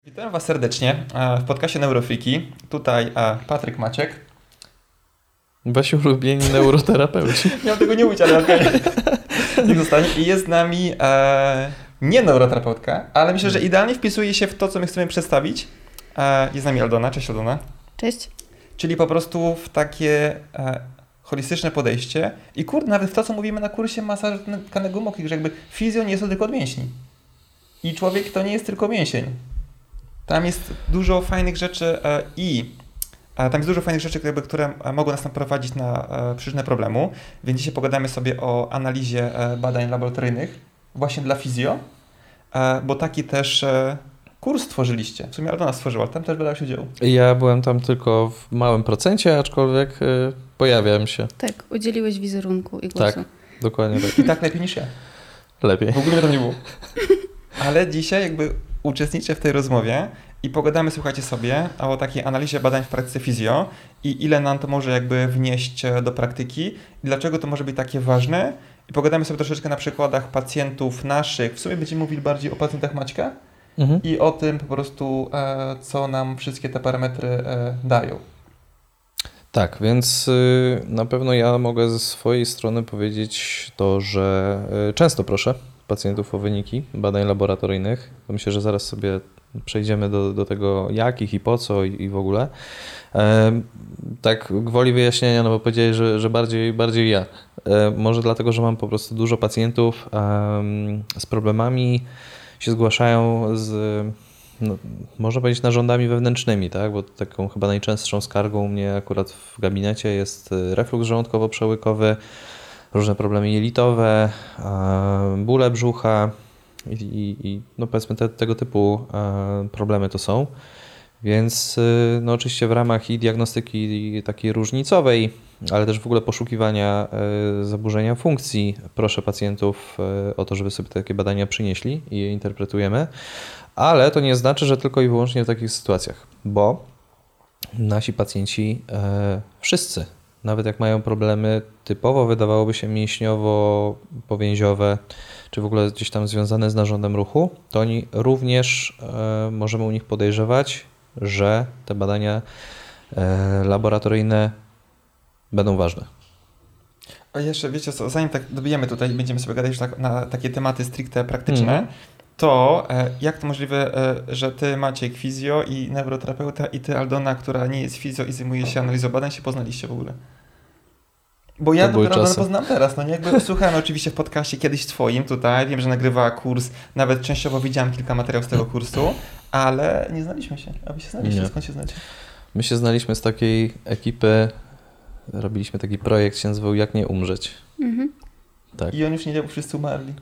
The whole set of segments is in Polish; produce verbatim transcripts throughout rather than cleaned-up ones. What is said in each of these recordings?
Witam Was serdecznie w podcastie Neurofiki. Tutaj Patryk Maciek. Wasi ulubieni neuroterapeuci. Miałem tego nie mówić, ale okej. Okay. Niech zostanie. I jest z nami e, nie neuroterapeutka, ale myślę, że idealnie wpisuje się w to, co my chcemy przedstawić. E, jest z nami Aldona. Cześć Aldona. Cześć. Czyli po prostu w takie e, holistyczne podejście i kurde, nawet w to, co mówimy na kursie masażu tkanek głębokich, że jakby fizjo nie jest to tylko od mięśni. I człowiek to nie jest tylko mięsień. Tam jest dużo fajnych rzeczy e, i e, tam jest dużo fajnych rzeczy, jakby, które mogą nas naprowadzić na e, przyczynę problemu, więc dzisiaj pogadamy sobie o analizie e, badań laboratoryjnych właśnie dla fizjo, e, bo taki też e, kurs stworzyliście. W sumie Aldona stworzyła, tam też brałeś udział. Ja byłem tam tylko w małym procencie, aczkolwiek y, pojawiałem się. Tak, udzieliłeś wizerunku i głosu. Tak, dokładnie tak. I tak lepiej niż ja. Lepiej. W ogóle mnie tam nie było. Ale dzisiaj jakby uczestniczę w tej rozmowie i pogadamy, słuchajcie sobie, o takiej analizie badań w praktyce fizjo i ile nam to może jakby wnieść do praktyki i dlaczego to może być takie ważne. I pogadamy sobie troszeczkę na przykładach pacjentów naszych. W sumie będziemy mówili bardziej o pacjentach Maćka mhm. i o tym po prostu, e, co nam wszystkie te parametry e, dają. Tak, więc y, na pewno ja mogę ze swojej strony powiedzieć to, że y, często proszę pacjentów o wyniki badań laboratoryjnych. Myślę, że zaraz sobie przejdziemy do, do tego jakich i po co i, i w ogóle. E, tak gwoli wyjaśnienia, no bo powiedzieli, że, że bardziej, bardziej ja. E, może dlatego, że mam po prostu dużo pacjentów e, z problemami, się zgłaszają z, no, można powiedzieć, narządami wewnętrznymi, tak? Bo taką chyba najczęstszą skargą u mnie akurat w gabinecie jest refluks żołądkowo-przełykowy, różne problemy jelitowe, bóle brzucha i, i, i no powiedzmy te, tego typu problemy to są. Więc no oczywiście w ramach i diagnostyki takiej różnicowej, ale też w ogóle poszukiwania zaburzenia funkcji proszę pacjentów o to, żeby sobie takie badania przynieśli i je interpretujemy. Ale to nie znaczy, że tylko i wyłącznie w takich sytuacjach, bo nasi pacjenci wszyscy, nawet jak mają problemy typowo, wydawałoby się mięśniowo-powięziowe, czy w ogóle gdzieś tam związane z narządem ruchu, to oni również e, możemy u nich podejrzewać, że te badania e, laboratoryjne będą ważne. A jeszcze, wiecie co, zanim tak dobijemy tutaj i będziemy sobie gadać już tak, na takie tematy stricte praktyczne, mm. to e, jak to możliwe, e, że ty Maciek fizjo i neuroterapeuta i ty Aldona, która nie jest fizjo i zajmuje się analizą badań, się poznaliście w ogóle? Bo ja dopiero poznam teraz, no nie, jakby słuchałem oczywiście w podcaście kiedyś twoim tutaj, wiem, że nagrywała kurs, nawet częściowo widziałem kilka materiałów z tego kursu, ale nie znaliśmy się. A wy się znaliście? Nie. Skąd się znacie? My się znaliśmy z takiej ekipy, robiliśmy taki projekt, się nazywał Jak nie umrzeć. Mhm. Tak. I on już nie działa, bo wszyscy umarli.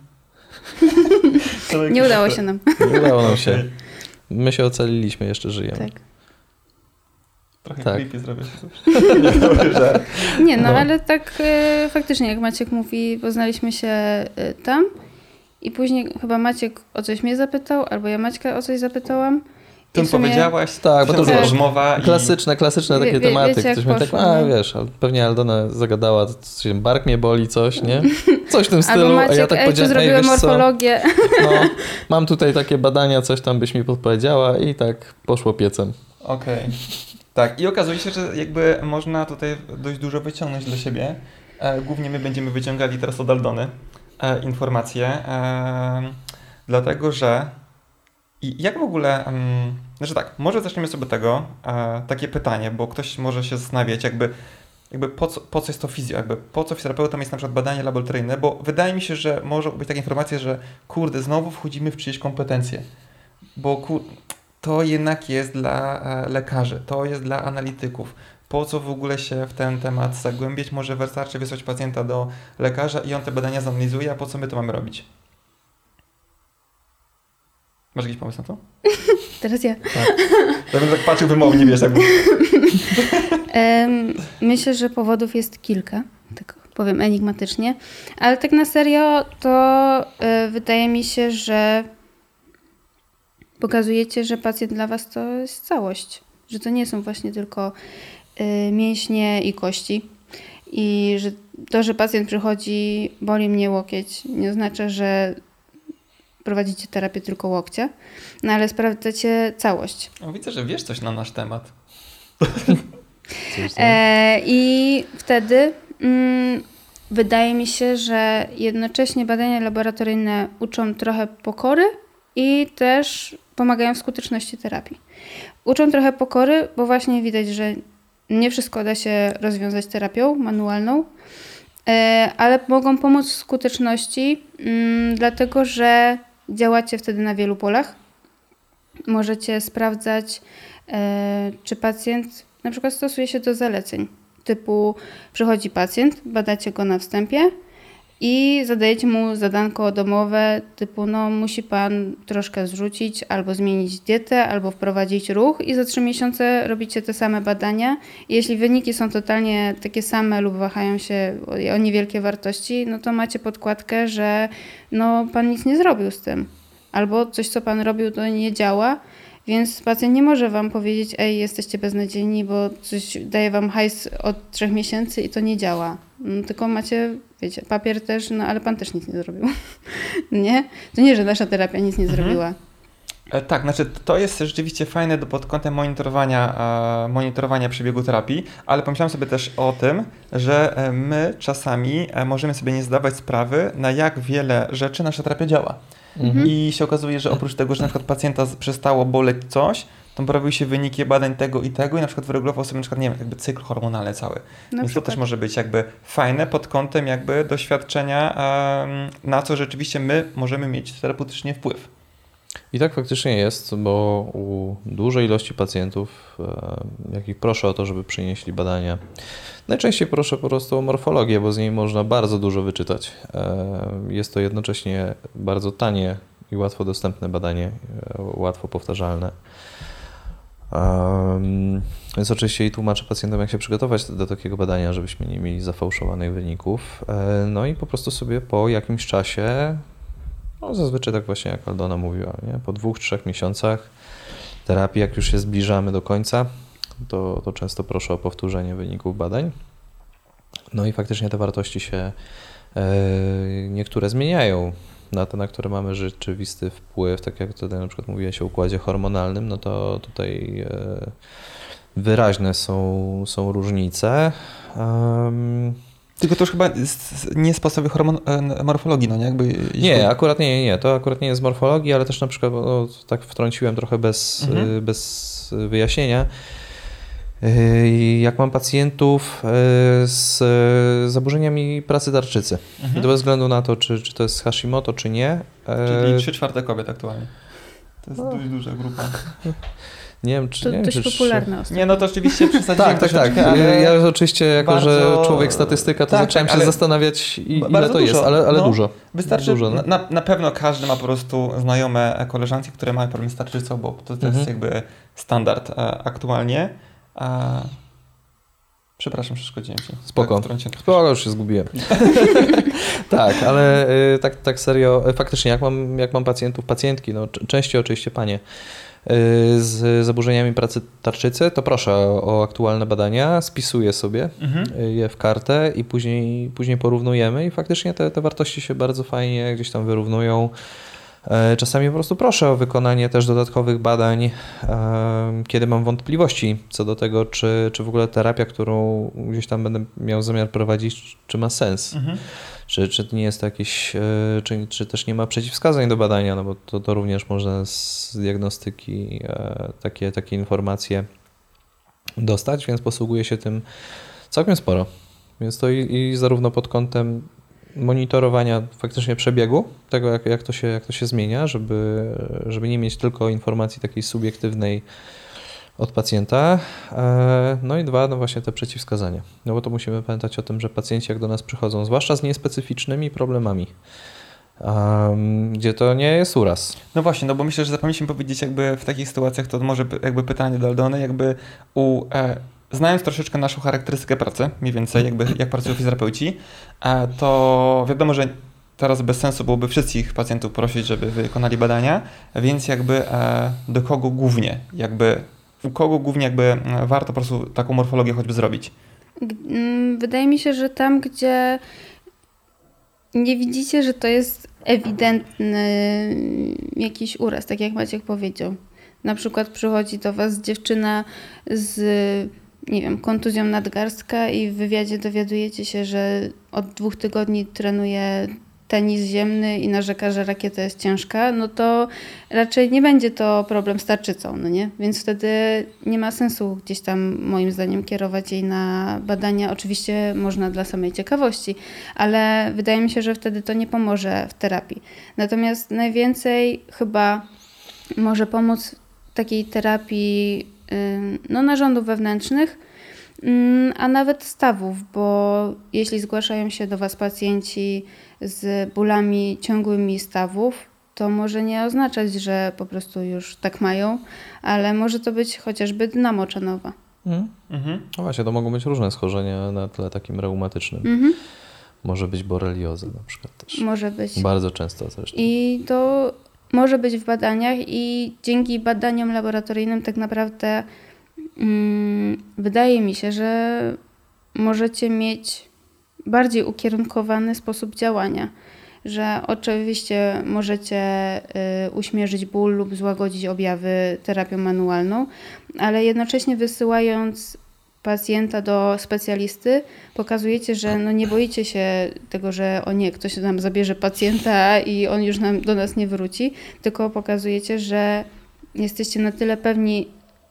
Nie udało się nam. Nie udało nam się. My się ocaliliśmy, jeszcze żyjemy. Tak. Trochę tak. creepy zrobię. Nie, nie, no, no ale tak e, faktycznie, jak Maciek mówi, poznaliśmy się e, tam i później chyba Maciek o coś mnie zapytał, albo ja Maćka o coś zapytałam. Ty sumie... powiedziałaś, tak, bo to była tak. rozmowa. Klasyczne, klasyczne takie wie, tematy. wiecie, Ktoś mi tak, a wiesz, pewnie Aldona zagadała, coś, bark mnie boli, coś, nie? Coś w tym stylu. Albo Maciek, a ja tak ej, powiedziałem, zrobiłem ej, morfologię. No, mam tutaj takie badania, coś tam byś mi podpowiedziała i tak poszło piecem. Okej. Okay. Tak, i okazuje się, że jakby można tutaj dość dużo wyciągnąć dla siebie. E, głównie my będziemy wyciągali teraz od Aldony e, informacje, e, dlatego że i jak w ogóle, um, znaczy tak, może zaczniemy sobie od tego, e, takie pytanie, bo ktoś może się zastanawiać, jakby, jakby po, co, po co jest to fizjo, jakby po co fizjoterapeutom jest na przykład badanie laboratoryjne, bo wydaje mi się, że może być taka informacja, że kurde, znowu wchodzimy w czyjeś kompetencje, bo kur... to jednak jest dla e, lekarzy, to jest dla analityków. Po co w ogóle się w ten temat zagłębiać? Może wystarczy wysłać pacjenta do lekarza i on te badania zanalizuje, a po co my to mamy robić? Masz jakiś pomysł na to? Teraz ja. Tak. Ja bym tak patrzył wymownie, wiesz, jakby. um, myślę, że powodów jest kilka, tak powiem enigmatycznie, ale tak na serio to y, wydaje mi się, że pokazujecie, że pacjent dla was to jest całość, że to nie są właśnie tylko y, mięśnie i kości i że to, że pacjent przychodzi, boli mnie łokieć, nie oznacza, że prowadzicie terapię tylko łokcia, no ale sprawdzacie całość. O, widzę, że wiesz coś na nasz temat. E, I wtedy mm, wydaje mi się, że jednocześnie badania laboratoryjne uczą trochę pokory i też pomagają w skuteczności terapii. Uczą trochę pokory, bo właśnie widać, że nie wszystko da się rozwiązać terapią manualną, ale mogą pomóc w skuteczności, dlatego że działacie wtedy na wielu polach. Możecie sprawdzać, czy pacjent na przykład stosuje się do zaleceń. Typu przychodzi pacjent, badacie go na wstępie i zadajecie mu zadanko domowe typu no musi pan troszkę zrzucić albo zmienić dietę, albo wprowadzić ruch i za trzy miesiące robicie te same badania. I jeśli wyniki są totalnie takie same lub wahają się o, o niewielkie wartości, no to macie podkładkę, że no pan nic nie zrobił z tym. Albo coś, co pan robił, to nie działa, więc pacjent nie może wam powiedzieć, ej, jesteście beznadziejni, bo coś daje wam hajs od trzech miesięcy i to nie działa. No, tylko macie, wiecie, papier też, no ale pan też nic nie zrobił. Nie? To nie, że nasza terapia nic nie mhm. zrobiła. E, tak, znaczy to jest rzeczywiście fajne do pod kątem monitorowania, e, monitorowania przebiegu terapii, ale pomyślałem sobie też o tym, że my czasami możemy sobie nie zdawać sprawy, na jak wiele rzeczy nasza terapia działa. Mhm. I się okazuje, że oprócz tego, że na przykład pacjenta przestało boleć coś, to pojawiły się wyniki badań tego i tego i na przykład wyregulował sobie na przykład, nie wiem, jakby cykl hormonalny cały. Na Więc przykład. To też może być jakby fajne pod kątem jakby doświadczenia, um, na co rzeczywiście my możemy mieć terapeutycznie wpływ. I tak faktycznie jest, bo u dużej ilości pacjentów, jakich proszę o to, żeby przynieśli badania, najczęściej proszę po prostu o morfologię, bo z niej można bardzo dużo wyczytać. Jest to jednocześnie bardzo tanie i łatwo dostępne badanie, łatwo powtarzalne. Um, więc oczywiście i tłumaczę pacjentom, jak się przygotować do takiego badania, żebyśmy nie mieli zafałszowanych wyników. No i po prostu sobie po jakimś czasie, no zazwyczaj tak właśnie jak Aldona mówiła, nie? Po dwóch, trzech miesiącach terapii, jak już się zbliżamy do końca, to, to często proszę o powtórzenie wyników badań. No i faktycznie te wartości się e, niektóre zmieniają. Na te, na które mamy rzeczywisty wpływ, tak jak tutaj na przykład mówiłeś o układzie hormonalnym, no to tutaj e, wyraźne są, są różnice. Um, Tylko to już chyba nie z podstawy hormon, morfologii, no nie? Jakby nie, akurat nie, nie, to akurat nie jest z morfologii, ale też na przykład, no, tak wtrąciłem trochę bez, mhm. bez wyjaśnienia. Jak mam pacjentów z zaburzeniami pracy tarczycy, mhm. to bez względu na to, czy, czy to jest Hashimoto, czy nie. Czyli trzy czwarte kobiet aktualnie. To jest no. dość duża grupa. Nie wiem, czy... To nie dość wiem, czy, popularna osoba. Nie, no to oczywiście przesadziłem. Tak, tak, tak. Ale ja oczywiście, jako bardzo... że człowiek statystyka, to tak, zacząłem tak, się zastanawiać, i, ile to dużo. jest, ale, ale no, dużo. Wystarczy, dużo, no. na, na pewno każdy ma po prostu znajome koleżanki, które mają problem z tarczycą, bo to, to mhm. jest jakby standard e, aktualnie. A... Przepraszam, przeszkodziłem Ci. Spoko, tak, Spoko, już się zgubiłem. Tak, ale y, tak, tak serio, faktycznie jak mam, jak mam pacjentów, pacjentki, no częściej oczywiście panie, y, z zaburzeniami pracy tarczycy, to proszę o, o aktualne badania, spisuję sobie mhm. y, je w kartę i później, później porównujemy i faktycznie te, te wartości się bardzo fajnie gdzieś tam wyrównują. Czasami po prostu proszę o wykonanie też dodatkowych badań, kiedy mam wątpliwości co do tego, czy, czy w ogóle terapia, którą gdzieś tam będę miał zamiar prowadzić, czy ma sens. Mhm. Czy, czy nie jest to jakieś, czy, czy też nie ma przeciwwskazań do badania, no bo to, to również można z diagnostyki takie, takie informacje dostać, więc posługuję się tym całkiem sporo. Więc to i, i zarówno pod kątem monitorowania faktycznie przebiegu, tego jak, jak, to się, jak to się zmienia, żeby, żeby nie mieć tylko informacji takiej subiektywnej od pacjenta. No i dwa, no właśnie te przeciwwskazania. No bo to musimy pamiętać o tym, że pacjenci jak do nas przychodzą, zwłaszcza z niespecyficznymi problemami, um, gdzie to nie jest uraz. No właśnie, no bo myślę, że zapomnieliśmy powiedzieć jakby w takich sytuacjach, to może jakby pytanie do Aldony, jakby u... E, znając troszeczkę naszą charakterystykę pracy, mniej więcej jakby jak pracują fizjoterapeuci, to wiadomo, że teraz bez sensu byłoby wszystkich pacjentów prosić, żeby wykonali badania, więc jakby do kogo głównie, jakby u kogo głównie jakby warto po prostu taką morfologię choćby zrobić? Wydaje mi się, że tam, gdzie nie widzicie, że to jest ewidentny jakiś uraz, tak jak Maciek powiedział. Na przykład przychodzi do was dziewczyna z, nie wiem, kontuzją nadgarstka i w wywiadzie dowiadujecie się, że od dwóch tygodni trenuje tenis ziemny i narzeka, że rakieta jest ciężka, no to raczej nie będzie to problem z tarczycą, no nie? Więc wtedy nie ma sensu gdzieś tam, moim zdaniem, kierować jej na badania. Oczywiście można dla samej ciekawości, ale wydaje mi się, że wtedy to nie pomoże w terapii. Natomiast najwięcej chyba może pomóc takiej terapii no, narządów wewnętrznych, a nawet stawów, bo jeśli zgłaszają się do was pacjenci z bólami ciągłymi stawów, to może nie oznaczać, że po prostu już tak mają, ale może to być chociażby dna moczanowa. Mhm. Mhm. No właśnie, to mogą być różne schorzenia na tle takim reumatycznym. Mhm. Może być borelioza na przykład też. Może być. Bardzo często zresztą. I to może być w badaniach i dzięki badaniom laboratoryjnym tak naprawdę hmm, wydaje mi się, że możecie mieć bardziej ukierunkowany sposób działania, że oczywiście możecie y, uśmierzyć ból lub złagodzić objawy terapią manualną, ale jednocześnie wysyłając pacjenta do specjalisty, pokazujecie, że no nie boicie się tego, że o nie, ktoś nam zabierze pacjenta i on już nam, do nas nie wróci, tylko pokazujecie, że jesteście na tyle pewni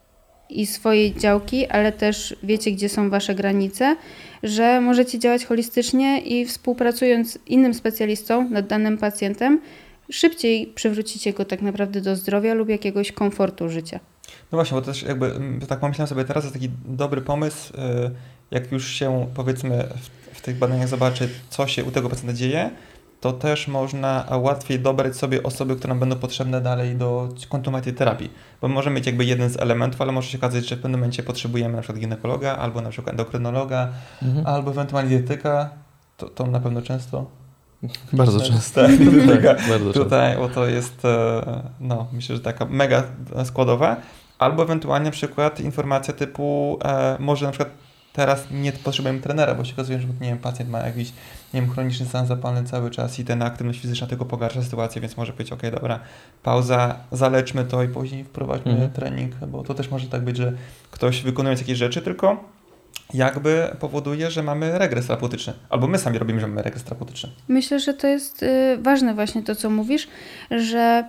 i swojej działki, ale też wiecie, gdzie są wasze granice, że możecie działać holistycznie i współpracując z innym specjalistą nad danym pacjentem, szybciej przywrócicie go tak naprawdę do zdrowia lub jakiegoś komfortu życia. No właśnie, bo też jakby tak pomyślałem sobie teraz, jest taki dobry pomysł, jak już się powiedzmy w, w tych badaniach zobaczy, co się u tego pacjenta dzieje, to też można łatwiej dobrać sobie osoby, które nam będą potrzebne dalej do kontynuacji terapii. Bo możemy mieć jakby jeden z elementów, ale może się okazać, że w pewnym momencie potrzebujemy na przykład ginekologa, albo na przykład endokrynologa, mhm. albo ewentualnie dietetyka. To, to na pewno często. Bardzo często. Tak, dietetyka. Bardzo Tutaj, bo to jest, no myślę, że taka mega składowa. Albo ewentualnie na przykład informacja typu, e, może na przykład teraz nie potrzebujemy trenera, bo się okazuje, że nie wiem, pacjent ma jakiś, nie wiem, chroniczny stan zapalny cały czas i ten aktywność fizyczna tylko pogarsza sytuację, więc może być, ok, dobra, pauza, zaleczmy to i później wprowadźmy mhm. trening, bo to też może tak być, że ktoś wykonując jakieś rzeczy tylko jakby powoduje, że mamy regres terapeutyczny. Albo my sami robimy, że mamy regres terapeutyczny. Myślę, że to jest y, ważne właśnie to, co mówisz, że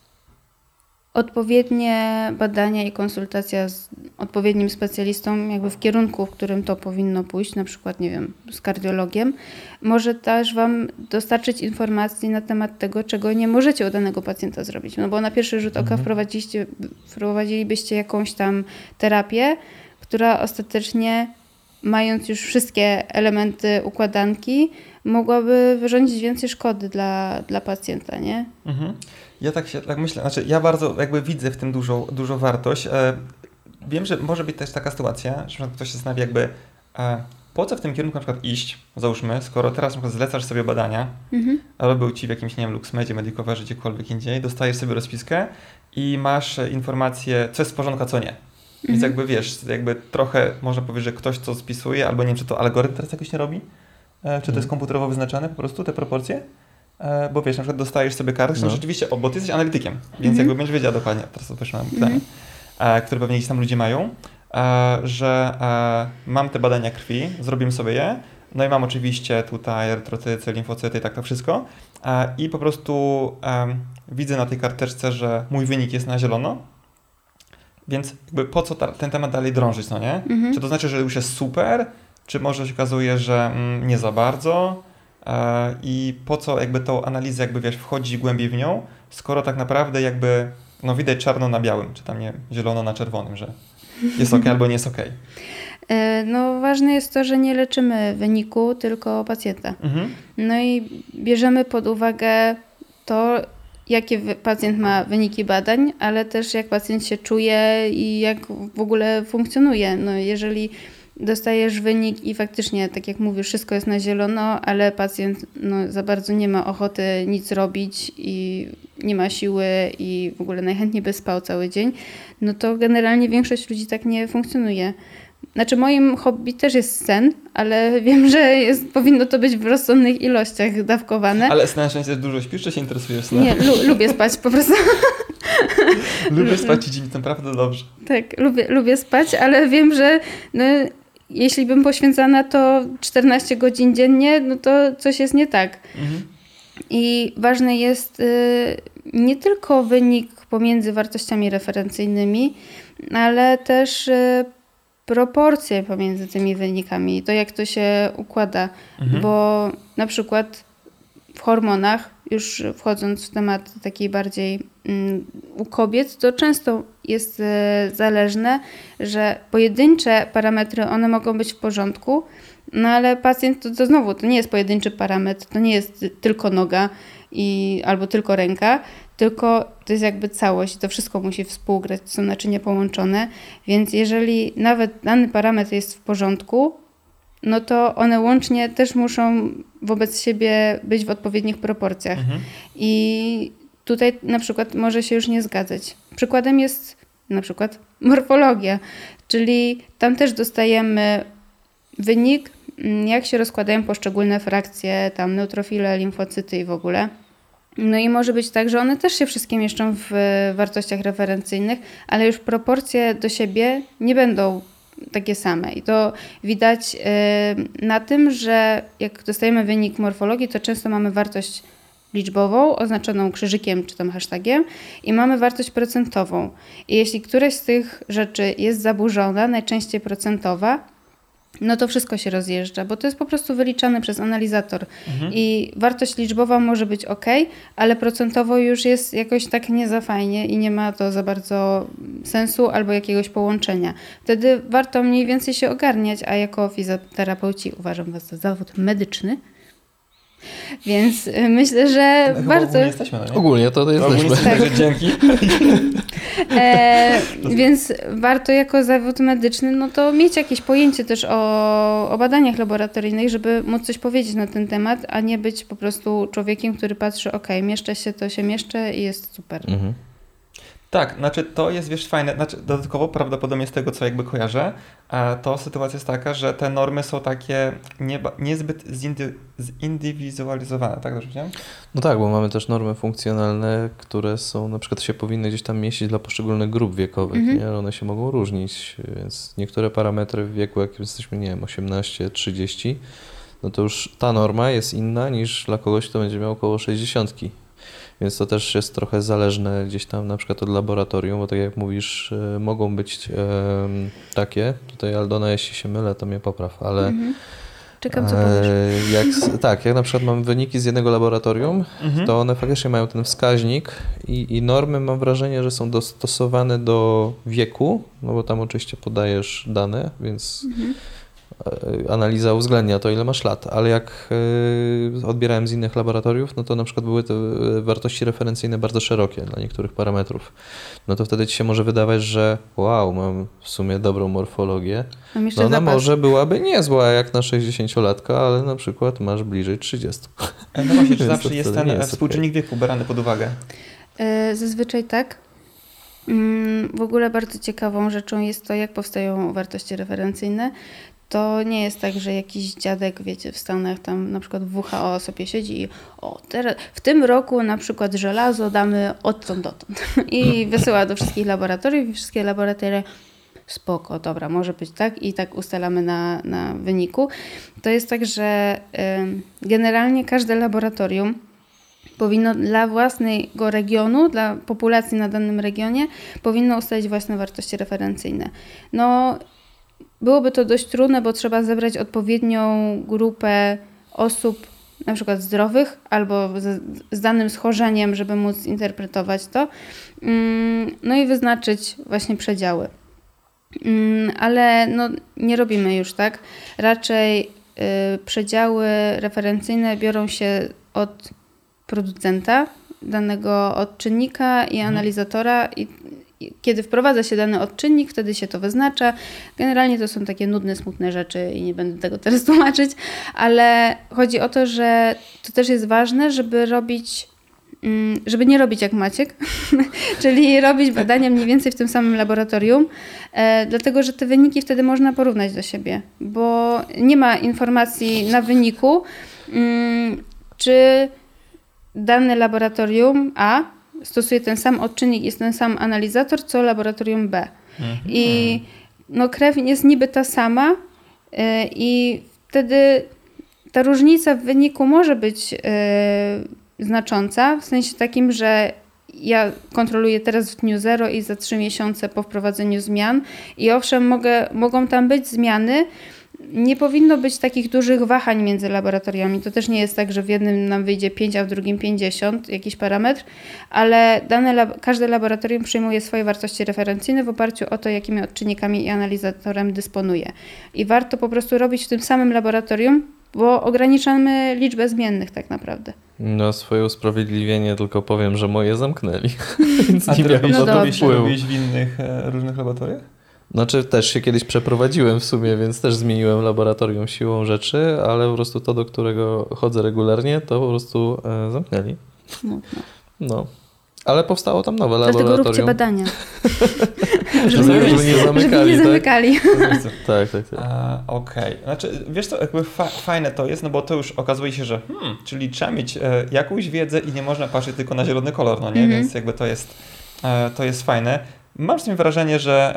odpowiednie badania i konsultacja z odpowiednim specjalistą jakby w kierunku, w którym to powinno pójść, na przykład, nie wiem, z kardiologiem, może też wam dostarczyć informacji na temat tego, czego nie możecie u danego pacjenta zrobić. No bo na pierwszy rzut oka mhm. wprowadziliście, wprowadzilibyście jakąś tam terapię, która ostatecznie, mając już wszystkie elementy układanki, mogłaby wyrządzić więcej szkody dla, dla pacjenta, nie? Mhm. Ja tak się tak myślę, znaczy ja bardzo jakby widzę w tym dużą, dużą wartość. E, wiem, że może być też taka sytuacja, że ktoś się zastanawia jakby e, po co w tym kierunku na przykład iść, załóżmy, skoro teraz na przykład zlecasz sobie badania, mhm. albo był ci w jakimś, nie wiem, LuxMedzie, Medicoverze, gdziekolwiek indziej, dostajesz sobie rozpiskę i masz informację, co jest w porządku, a co nie. Więc mhm. jakby wiesz, jakby trochę można powiedzieć, że ktoś co spisuje, albo nie wiem, czy to algorytm teraz jakoś nie robi, e, czy to jest komputerowo wyznaczane po prostu, te proporcje. Bo wiesz, na przykład dostajesz sobie kartę, no. rzeczywiście, o, bo ty jesteś analitykiem, więc mm-hmm. jakby będziesz wiedział dokładnie, teraz to też mam pytanie, mm-hmm. które pewnie gdzieś tam ludzie mają, że mam te badania krwi, zrobimy sobie je, no i mam oczywiście tutaj erytrocyty, limfocyty i tak to wszystko i po prostu widzę na tej karteczce, że mój wynik jest na zielono, więc jakby po co ta, ten temat dalej drążyć, no nie? Mm-hmm. Czy to znaczy, że już jest super, czy może się okazuje, że mm, nie za bardzo? I po co jakby tą analizę jakby wiesz, wchodzić głębiej w nią, skoro tak naprawdę jakby no widać czarno na białym, czy tam nie zielono na czerwonym, że jest ok albo nie jest ok. No ważne jest to, że nie leczymy wyniku, tylko pacjenta. Mhm. No i bierzemy pod uwagę to, jakie pacjent ma wyniki badań, ale też jak pacjent się czuje i jak w ogóle funkcjonuje. No jeżeli dostajesz wynik i faktycznie, tak jak mówisz, wszystko jest na zielono, ale pacjent no, za bardzo nie ma ochoty nic robić i nie ma siły i w ogóle najchętniej by spał cały dzień, no to generalnie większość ludzi tak nie funkcjonuje. Znaczy moim hobby też jest sen, ale wiem, że jest, powinno to być w rozsądnych ilościach dawkowane. Ale na szczęście dużo śpisz, czy się interesujesz snem? Nie, lu- lubię spać po prostu. Lubię spać i dziś naprawdę dobrze. Tak, lubię, lubię spać, ale wiem, że no, jeśli bym poświęcała na to czternaście godzin dziennie, no to coś jest nie tak. Mhm. I ważny jest y, nie tylko wynik pomiędzy wartościami referencyjnymi, ale też y, proporcje pomiędzy tymi wynikami, to jak to się układa, mhm. bo na przykład w hormonach, już wchodząc w temat takiej bardziej um, u kobiet, to często jest e, zależne, że pojedyncze parametry, one mogą być w porządku, no ale pacjent to, to znowu, to nie jest pojedynczy parametr, to nie jest tylko noga i, albo tylko ręka, tylko to jest jakby całość, to wszystko musi współgrać, są naczynia połączone, więc jeżeli nawet dany parametr jest w porządku, no to one łącznie też muszą wobec siebie być w odpowiednich proporcjach. Mhm. I tutaj na przykład może się już nie zgadzać. Przykładem jest na przykład morfologia, czyli tam też dostajemy wynik, jak się rozkładają poszczególne frakcje, tam neutrofile, limfocyty i w ogóle. No i może być tak, że one też się wszystkie mieszczą w wartościach referencyjnych, ale już proporcje do siebie nie będą takie same. I to widać yy, na tym, że jak dostajemy wynik morfologii, to często mamy wartość liczbową oznaczoną krzyżykiem czy tam hashtagiem i mamy wartość procentową. I jeśli któraś z tych rzeczy jest zaburzona, najczęściej procentowa, no to wszystko się rozjeżdża, bo to jest po prostu wyliczane przez analizator. Mhm. I wartość liczbowa może być ok, ale procentowo już jest jakoś tak nie za fajnie i nie ma to za bardzo sensu albo jakiegoś połączenia. Wtedy warto mniej więcej się ogarniać, a jako fizjoterapeuci uważam was za zawód medyczny. Więc myślę, że no, bardzo... Ogólnie jesteśmy, no nie? Ogólnie to jesteśmy. Ogólnie tak. Dzięki. E, więc warto jako zawód medyczny no to mieć jakieś pojęcie też o, o badaniach laboratoryjnych, żeby móc coś powiedzieć na ten temat, a nie być po prostu człowiekiem, który patrzy, ok, mieszczę się, to się mieszczę i jest super. Mhm. Tak, znaczy to jest, wiesz, fajne, znaczy dodatkowo prawdopodobnie z tego, co jakby kojarzę, to sytuacja jest taka, że te normy są takie nie, niezbyt zindy, zindywidualizowane, tak dobrze powiedziałem? No tak, bo mamy też normy funkcjonalne, które są, na przykład się powinny gdzieś tam mieścić dla poszczególnych grup wiekowych, mhm. nie? Ale one się mogą różnić, więc niektóre parametry w wieku, jak jesteśmy, nie wiem, osiemnaście trzydzieści, no to już ta norma jest inna niż dla kogoś, kto będzie miał około sześćdziesiątki. Więc to też jest trochę zależne gdzieś tam na przykład od laboratorium, bo tak jak mówisz, y, mogą być y, takie, tutaj Aldona, jeśli się mylę, to mnie popraw, ale mhm. Czekam, co powiesz. E, jak, tak, jak na przykład mam wyniki z jednego laboratorium, mhm. to one faktycznie mają ten wskaźnik i, i normy, mam wrażenie, że są dostosowane do wieku, no bo tam oczywiście podajesz dane, więc mhm. analiza uwzględnia to, ile masz lat, ale jak y, odbierałem z innych laboratoriów, no to na przykład były te wartości referencyjne bardzo szerokie dla niektórych parametrów. No to wtedy ci się może wydawać, że wow, mam w sumie dobrą morfologię. No ona może byłaby niezła jak na sześćdziesięciolatka, ale na przykład masz bliżej trzydziestu. No właśnie, czy zawsze jest ten jest współczynnik okay. wieku brany pod uwagę? Zazwyczaj tak. W ogóle bardzo ciekawą rzeczą jest to, jak powstają wartości referencyjne. To nie jest tak, że jakiś dziadek, wiecie, w Stanach tam na przykład w W H O sobie siedzi i o, teraz, w tym roku na przykład żelazo damy odtąd dotąd i wysyła do wszystkich laboratoriów i wszystkie laboratoria spoko, dobra, może być tak i tak ustalamy na, na wyniku. To jest tak, że y, generalnie każde laboratorium powinno dla własnego regionu, dla populacji na danym regionie powinno ustalić własne wartości referencyjne. No byłoby to dość trudne, bo trzeba zebrać odpowiednią grupę osób, na przykład zdrowych albo z, z danym schorzeniem, żeby móc interpretować to. No i wyznaczyć właśnie przedziały. Ale no, nie robimy już tak. Raczej y, przedziały referencyjne biorą się od producenta danego odczynnika i analizatora i kiedy wprowadza się dany odczynnik, wtedy się to wyznacza. Generalnie to są takie nudne, smutne rzeczy i nie będę tego teraz tłumaczyć, ale chodzi o to, że to też jest ważne, żeby robić żeby nie robić jak Maciek, czyli robić badania mniej więcej w tym samym laboratorium, e, dlatego że te wyniki wtedy można porównać do siebie, bo nie ma informacji na wyniku, mm, czy dane laboratorium A stosuje ten sam odczynnik, jest ten sam analizator, co laboratorium B. Mhm. I no, krew jest niby ta sama e, i wtedy ta różnica w wyniku może być e, znacząca, w sensie takim, że ja kontroluję teraz w dniu zero i za trzy miesiące po wprowadzeniu zmian i owszem, mogę, mogą tam być zmiany, nie powinno być takich dużych wahań między laboratoriami. To też nie jest tak, że w jednym nam wyjdzie pięć, a w drugim pięćdziesiąt, jakiś parametr, ale dane lab- każde laboratorium przyjmuje swoje wartości referencyjne w oparciu o to, jakimi odczynnikami i analizatorem dysponuje. I warto po prostu robić w tym samym laboratorium, bo ograniczamy liczbę zmiennych tak naprawdę. No swoje usprawiedliwienie tylko powiem, że moje zamknęli. Więc a ty robisz, no robisz, robisz w innych e, różnych laboratoriach? Znaczy też się kiedyś przeprowadziłem w sumie, więc też zmieniłem laboratorium siłą rzeczy, ale po prostu to, do którego chodzę regularnie, to po prostu e, zamknęli. No, no. no. Ale powstało tam nowe Dlatego laboratorium. róbcie badania. żeby, żeby, żeby nie zamykali. Żeby nie zamykali. Tak, tak, tak. tak. Okej. Okay. Znaczy, wiesz co, jakby fa- fajne to jest, no bo to już okazuje się, że hmm, czyli trzeba mieć e, jakąś wiedzę i nie można patrzeć tylko na zielony kolor, no nie? Mm-hmm. Więc jakby to jest, e, to jest fajne. Mam w sumie wrażenie, że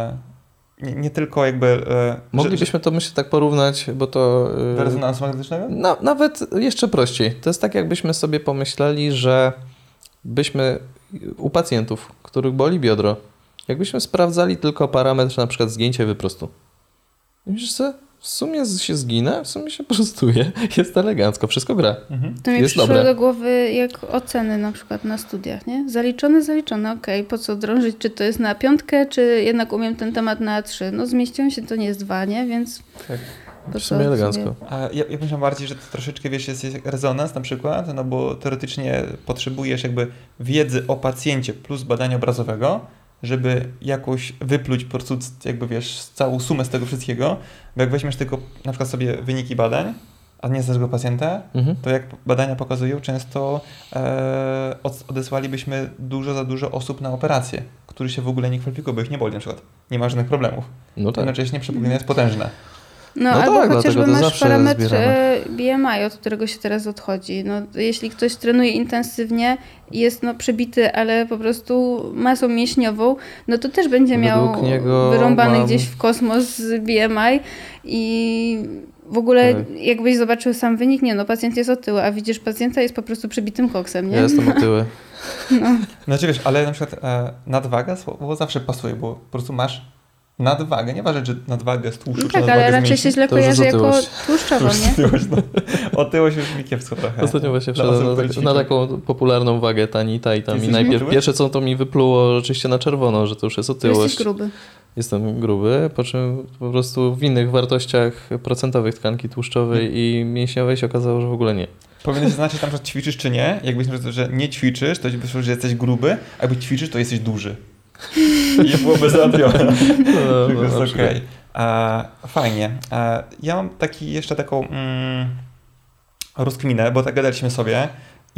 e, nie, nie tylko jakby... E, Moglibyśmy że, to myślę tak porównać, bo to... E, do rezonansu magnetycznego? Na, nawet jeszcze prościej. To jest tak, jakbyśmy sobie pomyśleli, że byśmy u pacjentów, których boli biodro, jakbyśmy sprawdzali tylko parametr na przykład zgięcia wyprostu. I myślisz co? W sumie się zginę, w sumie się prostuję, jest elegancko, wszystko gra. Mhm. To mi jest przyszło dobre. do głowy jak oceny na przykład na studiach, nie? Zaliczone, zaliczone, okej, okay. Po co drążyć, czy to jest na piątkę, czy jednak umiem ten temat na trzy. No zmieściłem się, to nie jest dwa, nie? Więc... Tak. W sumie elegancko. A ja, ja myślę bardziej, że to troszeczkę, wiesz, jest rezonans na przykład, no bo teoretycznie potrzebujesz jakby wiedzy o pacjencie plus badania obrazowego, żeby jakoś wypluć po prostu jakby, wiesz, całą sumę z tego wszystkiego, bo jak weźmiesz tylko na przykład sobie wyniki badań, a nie znasz go pacjenta, mhm. to jak badania pokazują, często e, odesłalibyśmy dużo za dużo osób na operację, którzy się w ogóle nie kwalifikują, bo ich nie boli na przykład. Nie ma żadnych problemów. No tak. Jednocześnie przepuklenie jest potężne. No, no albo tak, chociażby masz parametr zbieramy. B M I, od którego się teraz odchodzi. No, jeśli ktoś trenuje intensywnie i jest no, przebity, ale po prostu masą mięśniową, no to też będzie Według miał wyrąbany mam... gdzieś w kosmos B M I i w ogóle tak. Jakbyś zobaczył sam wynik, nie no, pacjent jest otyły, a widzisz pacjenta jest po prostu przebitym koksem, nie? Ja jestem otyły. No. Znaczy wiesz, ale na przykład e, nadwaga słowo zawsze pasuje, bo po prostu masz nadwagę, nie ważne, czy nadwagę z tłuszczu, no czy tak, nadwagę ale raczej mięśni. się źle kojarzy jako tłuszczową, nie? Otyłość, no. Otyłość już mi kiepsko trochę. Ostatnio właśnie wszedłem na, tak, na taką popularną wagę Tanita i tam Jesteś i najpierw otyły? pierwsze co to mi wypluło rzeczywiście na czerwono, że to już jest otyłość. Jesteś gruby. Jestem gruby, po czym po prostu w innych wartościach procentowych tkanki tłuszczowej hmm. i mięśniowej się okazało, że w ogóle nie. Powinieneś znaczyć tam, że ćwiczysz czy nie. Jakbyś myślał, że nie ćwiczysz, to byś że jesteś gruby, a jakby ćwiczysz, to jesteś duży. I byłoby załatwione. No, no, jest okej. Okay. Fajnie. A, ja mam taki jeszcze taką mm, rozkminę, bo tak gadaliśmy sobie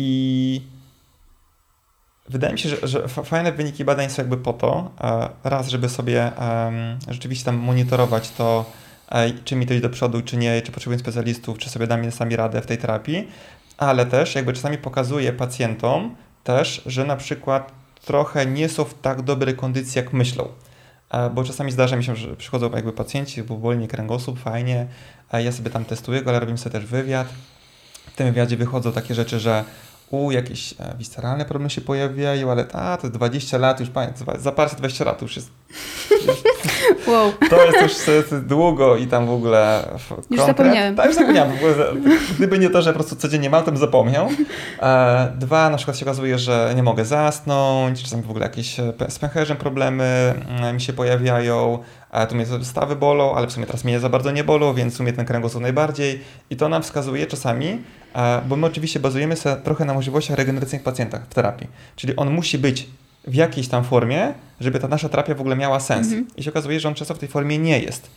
i wydaje mi się, że, że fajne wyniki badań są jakby po to, raz, żeby sobie um, rzeczywiście tam monitorować to, czy mi to idzie do przodu, czy nie, czy potrzebuję specjalistów, czy sobie damy sami radę w tej terapii, ale też jakby czasami pokazuje pacjentom też, że na przykład trochę nie są w tak dobrej kondycji, jak myślą. Bo czasami zdarza mi się, że przychodzą jakby pacjenci, bo boli mnie kręgosłup, fajnie, ja sobie tam testuję go, ale robimy sobie też wywiad. W tym wywiadzie wychodzą takie rzeczy, że u, jakieś visceralne problemy się pojawiają, ale ta, to dwadzieścia lat, już pamiętam, zaparcie dwadzieścia lat, to już jest... Już, wow. To jest już to jest długo i tam w ogóle... Konkret, już zapomniałem. Tak, już zapomniałem. W ogóle, gdyby nie to, że po prostu codziennie mam, to bym zapomniał. E, dwa, na przykład się okazuje, że nie mogę zasnąć, czasami w ogóle jakieś z pęcherzem problemy mi się pojawiają, a tu mnie stawy bolą, ale w sumie teraz mnie za bardzo nie bolą, więc w sumie ten kręgosłup najbardziej. I to nam wskazuje czasami, bo my oczywiście bazujemy sobie trochę na możliwościach regeneracyjnych pacjentach w terapii. Czyli on musi być w jakiejś tam formie, żeby ta nasza terapia w ogóle miała sens. Mhm. I się okazuje, że on często w tej formie nie jest.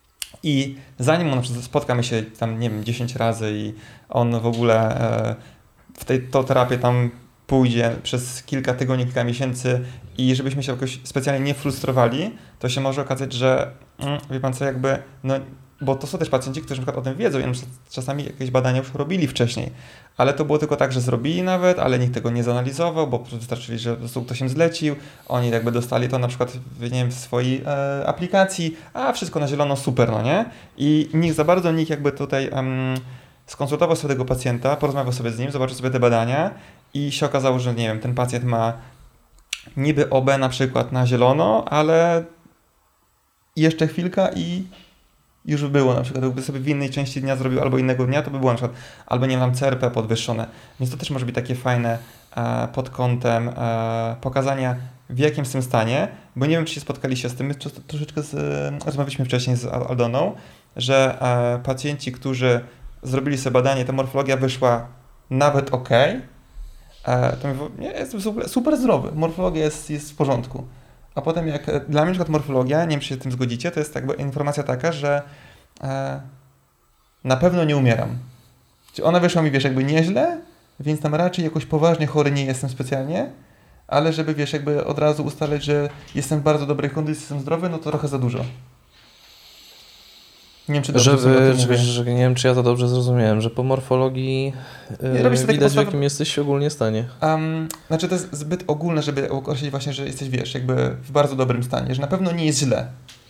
I zanim on spotkamy się tam, nie wiem, dziesięć razy i on w ogóle w tej to terapię tam pójdzie przez kilka tygodni, kilka miesięcy i żebyśmy się jakoś specjalnie nie frustrowali, to się może okazać, że mm, wie pan co, jakby, no, bo to są też pacjenci, którzy na przykład o tym wiedzą i czasami jakieś badania już robili wcześniej, ale to było tylko tak, że zrobili nawet, ale nikt tego nie zanalizował, bo wystarczyli, że po prostu ktoś im zlecił, oni jakby dostali to na przykład w, nie wiem, w swojej e, aplikacji, a wszystko na zielono, super, no nie? I nikt za bardzo, nikt jakby tutaj um, skonsultował sobie tego pacjenta, porozmawiał sobie z nim, zobaczył sobie te badania i się okazało, że nie wiem, ten pacjent ma niby O B na przykład na zielono, ale jeszcze chwilka i już by było na przykład, jakby sobie w innej części dnia zrobił albo innego dnia, to by było na przykład albo nie mam C R P podwyższone. Więc to też może być takie fajne e, pod kątem e, pokazania w jakim jestem stanie, bo nie wiem, czy się spotkaliście z tym, my troszeczkę z, e, rozmawialiśmy wcześniej z Aldoną, że e, pacjenci, którzy zrobili sobie badanie, ta morfologia wyszła nawet ok, e, to mówię, nie, jestem super, super zdrowy, morfologia jest, jest w porządku. A potem jak dla mnie na przykład morfologia, nie wiem, czy się z tym zgodzicie, to jest jakby informacja taka, że e, na pewno nie umieram. Czyli ona wyszła mi, wiesz, jakby nieźle, więc tam raczej jakoś poważnie chory nie jestem specjalnie, ale żeby, wiesz, jakby od razu ustalać, że jestem w bardzo dobrej kondycji, jestem zdrowy, no to trochę za dużo. Nie wiem, czy dobrze Żeby, że, że, nie wiem, czy ja to dobrze zrozumiałem, że po morfologii yy, widać, postawy... w jakim jesteś ogólnie stanie. Um, znaczy to jest zbyt ogólne, żeby określić właśnie, że jesteś, wiesz, jakby w bardzo dobrym stanie, że na pewno nie jest źle.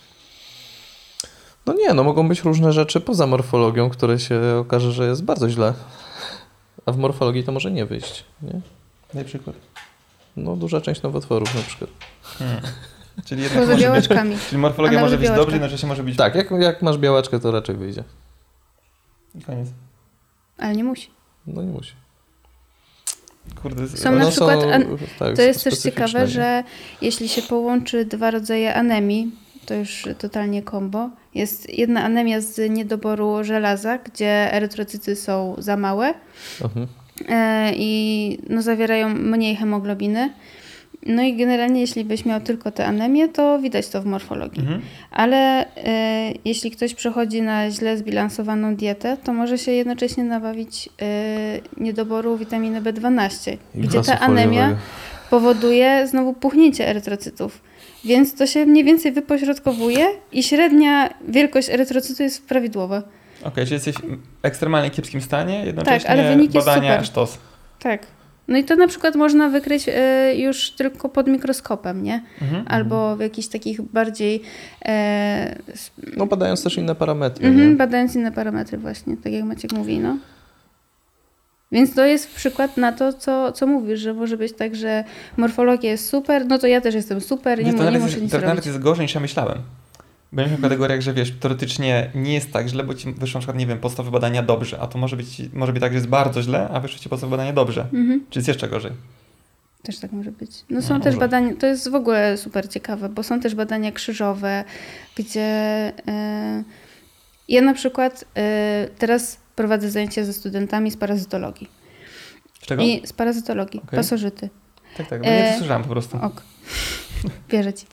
No nie, no mogą być różne rzeczy poza morfologią, które się okaże, że jest bardzo źle. A w morfologii to może nie wyjść, nie? Daj przykład. No duża część nowotworów na przykład. Hmm. Czyli jednak może być, czyli morfologia może być dobrze, jednocześnie może być... Tak, jak, jak masz białaczkę, to raczej wyjdzie. I koniec. Ale nie musi. No nie musi. Kurde, są na przykład, są, an... tak, to jest też ciekawe, nie? Że jeśli się połączy dwa rodzaje anemii, to już totalnie kombo. Jest jedna anemia z niedoboru żelaza, gdzie erytrocyty są za małe uh-huh. e, i no, zawierają mniej hemoglobiny. No i generalnie jeśli byś miał tylko tę anemię, to widać to w morfologii. Mhm. Ale e, jeśli ktoś przechodzi na źle zbilansowaną dietę, to może się jednocześnie nabawić e, niedoboru witaminy B dwanaście, I gdzie ta anemia powoduje znowu puchnięcie erytrocytów. Więc to się mniej więcej wypośrodkowuje i średnia wielkość erytrocytu jest prawidłowa. Okej, okay, czyli jesteś w ekstremalnie kiepskim stanie, jednocześnie tak, ale wynik badania jest super. sztos. Tak. No i to na przykład można wykryć y, już tylko pod mikroskopem, nie? Mhm, albo w jakichś takich bardziej... E, no badając też inne parametry, mhm, nie? Badając inne parametry właśnie, tak jak Maciek mówi, no. Więc to jest przykład na to, co, co mówisz, że może być tak, że morfologia jest super, no to ja też jestem super, nie, nie, nie muszę nic to robić. nawet jest gorzej niż ja myślałem. Byłem w kategoriach, że wiesz, teoretycznie nie jest tak źle, bo ci wyszło na przykład, nie wiem, podstawy badania dobrze, a to może być, może być tak, że jest bardzo źle, a wyszło ci podstawy badania dobrze. Mhm. Czyli jest jeszcze gorzej. Też tak może być. No są no, też może. badania, to jest w ogóle super ciekawe, bo są też badania krzyżowe, gdzie yy, ja na przykład yy, teraz prowadzę zajęcia ze studentami z parazytologii. Z czego? I z parazytologii, okay. Pasożyty. Tak, tak, bo nie to słyszałam po prostu. Ok. Wierzę ci.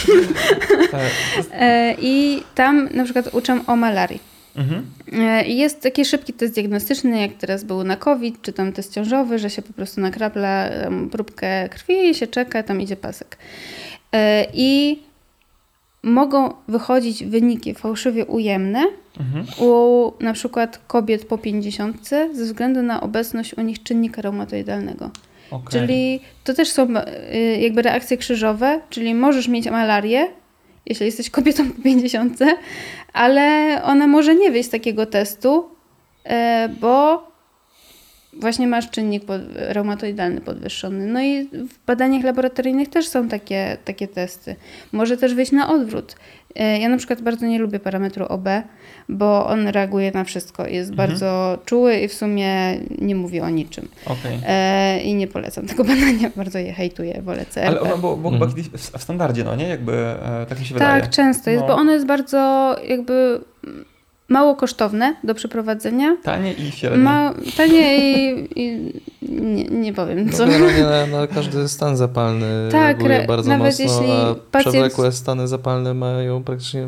I tam na przykład uczę o malarii. Mhm. Jest taki szybki test diagnostyczny, jak teraz był na COVID, czy tam test ciążowy, że się po prostu nakrapla próbkę krwi i się czeka, tam idzie pasek. I mogą wychodzić wyniki fałszywie ujemne mhm. u na przykład kobiet po pięćdziesiątce ze względu na obecność u nich czynnika reumatoidalnego. Okay. Czyli to też są y, jakby reakcje krzyżowe, czyli możesz mieć malarię, jeśli jesteś kobietą po pięćdziesiątce, ale ona może nie wyjść z takiego testu, y, bo właśnie masz czynnik pod, reumatoidalny podwyższony. No i w badaniach laboratoryjnych też są takie, takie testy. Może też wyjść na odwrót. Y, ja na przykład bardzo nie lubię parametru O B, bo on reaguje na wszystko. Jest mhm. bardzo czuły i w sumie nie mówi o niczym. Okay. E, I nie polecam tego badania. Bardzo je hejtuję, wolę C R P. Ale ono było, było mhm. chyba kiedyś w standardzie, no nie? Jakby e, tak mi się tak, wydaje. Tak, często jest, no. bo ono jest bardzo jakby mało kosztowne do przeprowadzenia. Tanie i średnie. Ma, tanie i, i nie, nie powiem co. No, na, na każdy stan zapalny tak, reaguje bardzo nawet mocno, jeśli a pacjent... przewlekłe stany zapalne mają praktycznie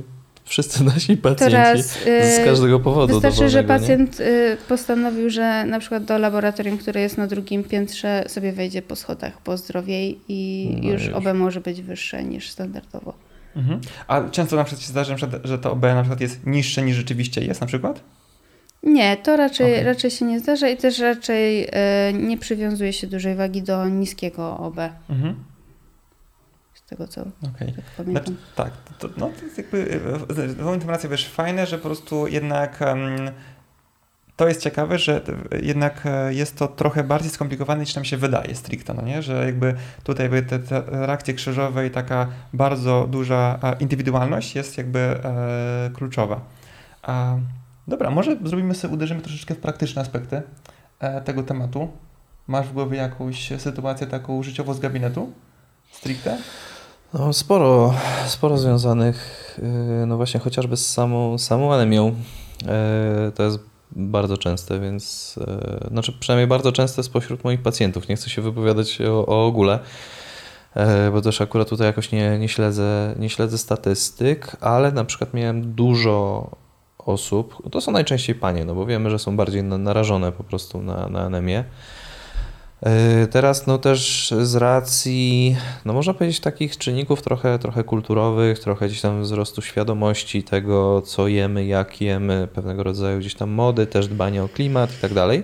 wszyscy nasi pacjenci Teraz, z każdego powodu wystarczy, dowolnego, że pacjent nie? postanowił, że na przykład do laboratorium, które jest na drugim piętrze, sobie wejdzie po schodach, po zdrowiej i No już już. O B może być wyższe niż standardowo. Mhm. A często na przykład się zdarza, że to O B na przykład jest niższe niż rzeczywiście jest na przykład? Nie, to raczej, Okay. raczej się nie zdarza i też raczej y, nie przywiązuje się dużej wagi do niskiego O B. Mhm. Z tego co Okay. tak pamiętam. Znaczy, tak, to, no, to jest jakby nową informację, wiesz, fajne, że po prostu jednak um, to jest ciekawe, że jednak jest to trochę bardziej skomplikowane niż nam się wydaje stricte, no nie? Że jakby tutaj jakby te, te reakcje krzyżowe i taka bardzo duża indywidualność jest jakby e, kluczowa. A, dobra, może zrobimy sobie, uderzymy troszeczkę w praktyczne aspekty e, tego tematu. Masz w głowie jakąś sytuację taką życiowo z gabinetu? Stricte? No, sporo, sporo związanych, no właśnie chociażby z samą, samą anemią. To jest bardzo częste, więc, znaczy przynajmniej bardzo częste spośród moich pacjentów. Nie chcę się wypowiadać o, o ogóle, bo też akurat tutaj jakoś nie, nie, śledzę, nie śledzę statystyk, ale na przykład miałem dużo osób, to są najczęściej panie, no bo wiemy, że są bardziej narażone po prostu na, na anemię. Teraz no też z racji, no można powiedzieć takich czynników trochę, trochę kulturowych, trochę gdzieś tam wzrostu świadomości tego, co jemy, jak jemy, pewnego rodzaju gdzieś tam mody, też dbanie o klimat i tak dalej.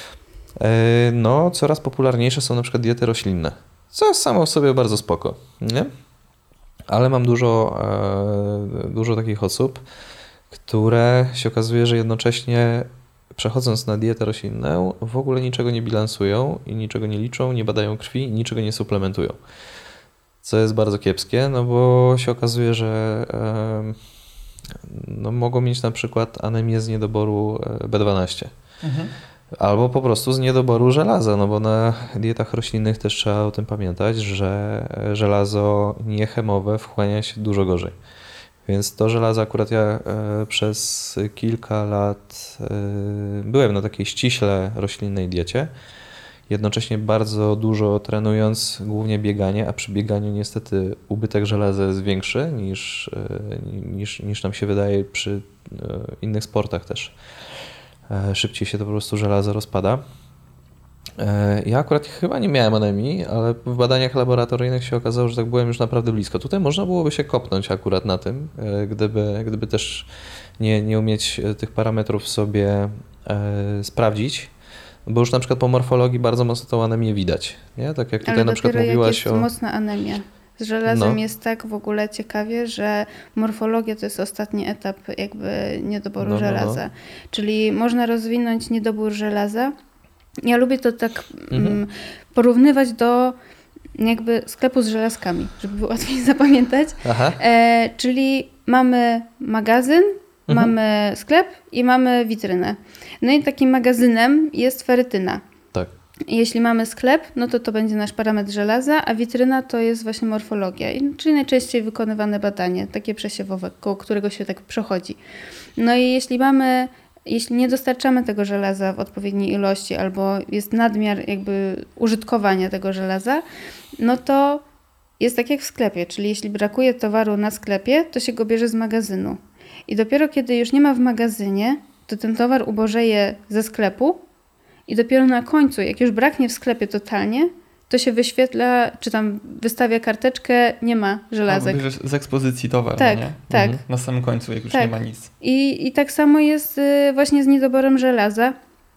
No coraz popularniejsze są na przykład diety roślinne, co jest samo w sobie bardzo spoko, nie? Ale mam dużo, dużo takich osób, które się okazuje, że jednocześnie przechodząc na dietę roślinną, w ogóle niczego nie bilansują i niczego nie liczą, nie badają krwi i niczego nie suplementują. Co jest bardzo kiepskie, no bo się okazuje, że no, mogą mieć na przykład anemię z niedoboru B dwanaście. Mhm. Albo po prostu z niedoboru żelaza, no bo na dietach roślinnych też trzeba o tym pamiętać, że żelazo niechemowe wchłania się dużo gorzej. Więc to żelazo akurat ja e, przez kilka lat e, byłem na takiej ściśle roślinnej diecie, jednocześnie bardzo dużo trenując głównie bieganie, a przy bieganiu niestety ubytek żelaza jest większy niż, e, niż, niż nam się wydaje przy e, innych sportach też. E, szybciej się to po prostu żelazo rozpada. Ja akurat chyba nie miałem anemii, ale w badaniach laboratoryjnych się okazało, że tak byłem już naprawdę blisko. Tutaj można byłoby się kopnąć akurat na tym, gdyby, gdyby też nie, nie umieć tych parametrów sobie e, sprawdzić, bo już na przykład po morfologii bardzo mocno tą anemię widać. Nie? Tak jak tutaj ale na przykład mówiłaś jak jest o... mocna anemia. Z żelazem no. jest tak w ogóle ciekawie, że morfologia to jest ostatni etap jakby niedoboru no, no, żelaza. no. Czyli można rozwinąć niedobór żelaza. Ja lubię to tak mhm. mm, porównywać do jakby sklepu z żelazkami, żeby było łatwiej zapamiętać. E, czyli mamy magazyn, mhm. mamy sklep i mamy witrynę. No i takim magazynem jest ferytyna. Tak. Jeśli mamy sklep, no to to będzie nasz parametr żelaza, a witryna to jest właśnie morfologia, czyli najczęściej wykonywane badanie, takie przesiewowe, koło którego się tak przechodzi. No i jeśli mamy, jeśli nie dostarczamy tego żelaza w odpowiedniej ilości albo jest nadmiar jakby użytkowania tego żelaza, no to jest tak jak w sklepie, czyli jeśli brakuje towaru na sklepie, to się go bierze z magazynu. I dopiero kiedy już nie ma w magazynie, to ten towar ubożeje ze sklepu i dopiero na końcu, jak już braknie w sklepie totalnie, to się wyświetla, czy tam wystawia karteczkę, nie ma żelazek. Bierzesz z ekspozycji towar, tak, no nie? Tak, mhm. Na samym końcu, jak już tak. nie ma nic. I, I tak samo jest y, właśnie z niedoborem żelaza.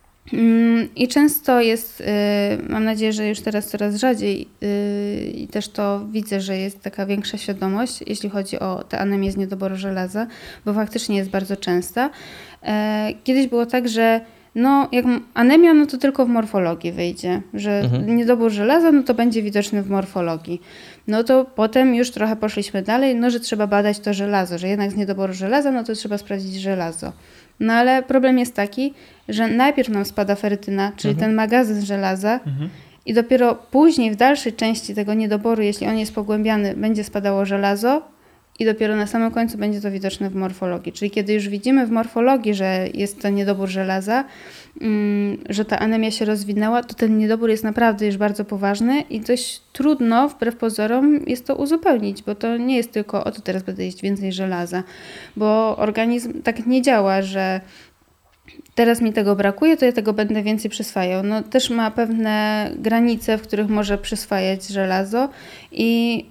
Ym, I często jest, y, mam nadzieję, że już teraz coraz rzadziej y, i też to widzę, że jest taka większa świadomość, jeśli chodzi o tę anemię z niedoboru żelaza, bo faktycznie jest bardzo częsta. E, kiedyś było tak, że no, jak anemia, no to tylko w morfologii wyjdzie, że mhm. niedobór żelaza, no to będzie widoczny w morfologii. No to potem już trochę poszliśmy dalej, no że trzeba badać to żelazo, że jednak z niedoboru żelaza, no to trzeba sprawdzić żelazo. No ale problem jest taki, że najpierw nam spada ferytyna, czyli mhm. ten magazyn żelaza mhm. i dopiero później w dalszej części tego niedoboru, jeśli on jest pogłębiany, będzie spadało żelazo, i dopiero na samym końcu będzie to widoczne w morfologii. Czyli kiedy już widzimy w morfologii, że jest to niedobór żelaza, że ta anemia się rozwinęła, to ten niedobór jest naprawdę już bardzo poważny i dość trudno, wbrew pozorom, jest to uzupełnić, bo to nie jest tylko o to teraz będę jeść więcej żelaza, bo organizm tak nie działa, że teraz mi tego brakuje, to ja tego będę więcej przyswajał. No też ma pewne granice, w których może przyswajać żelazo i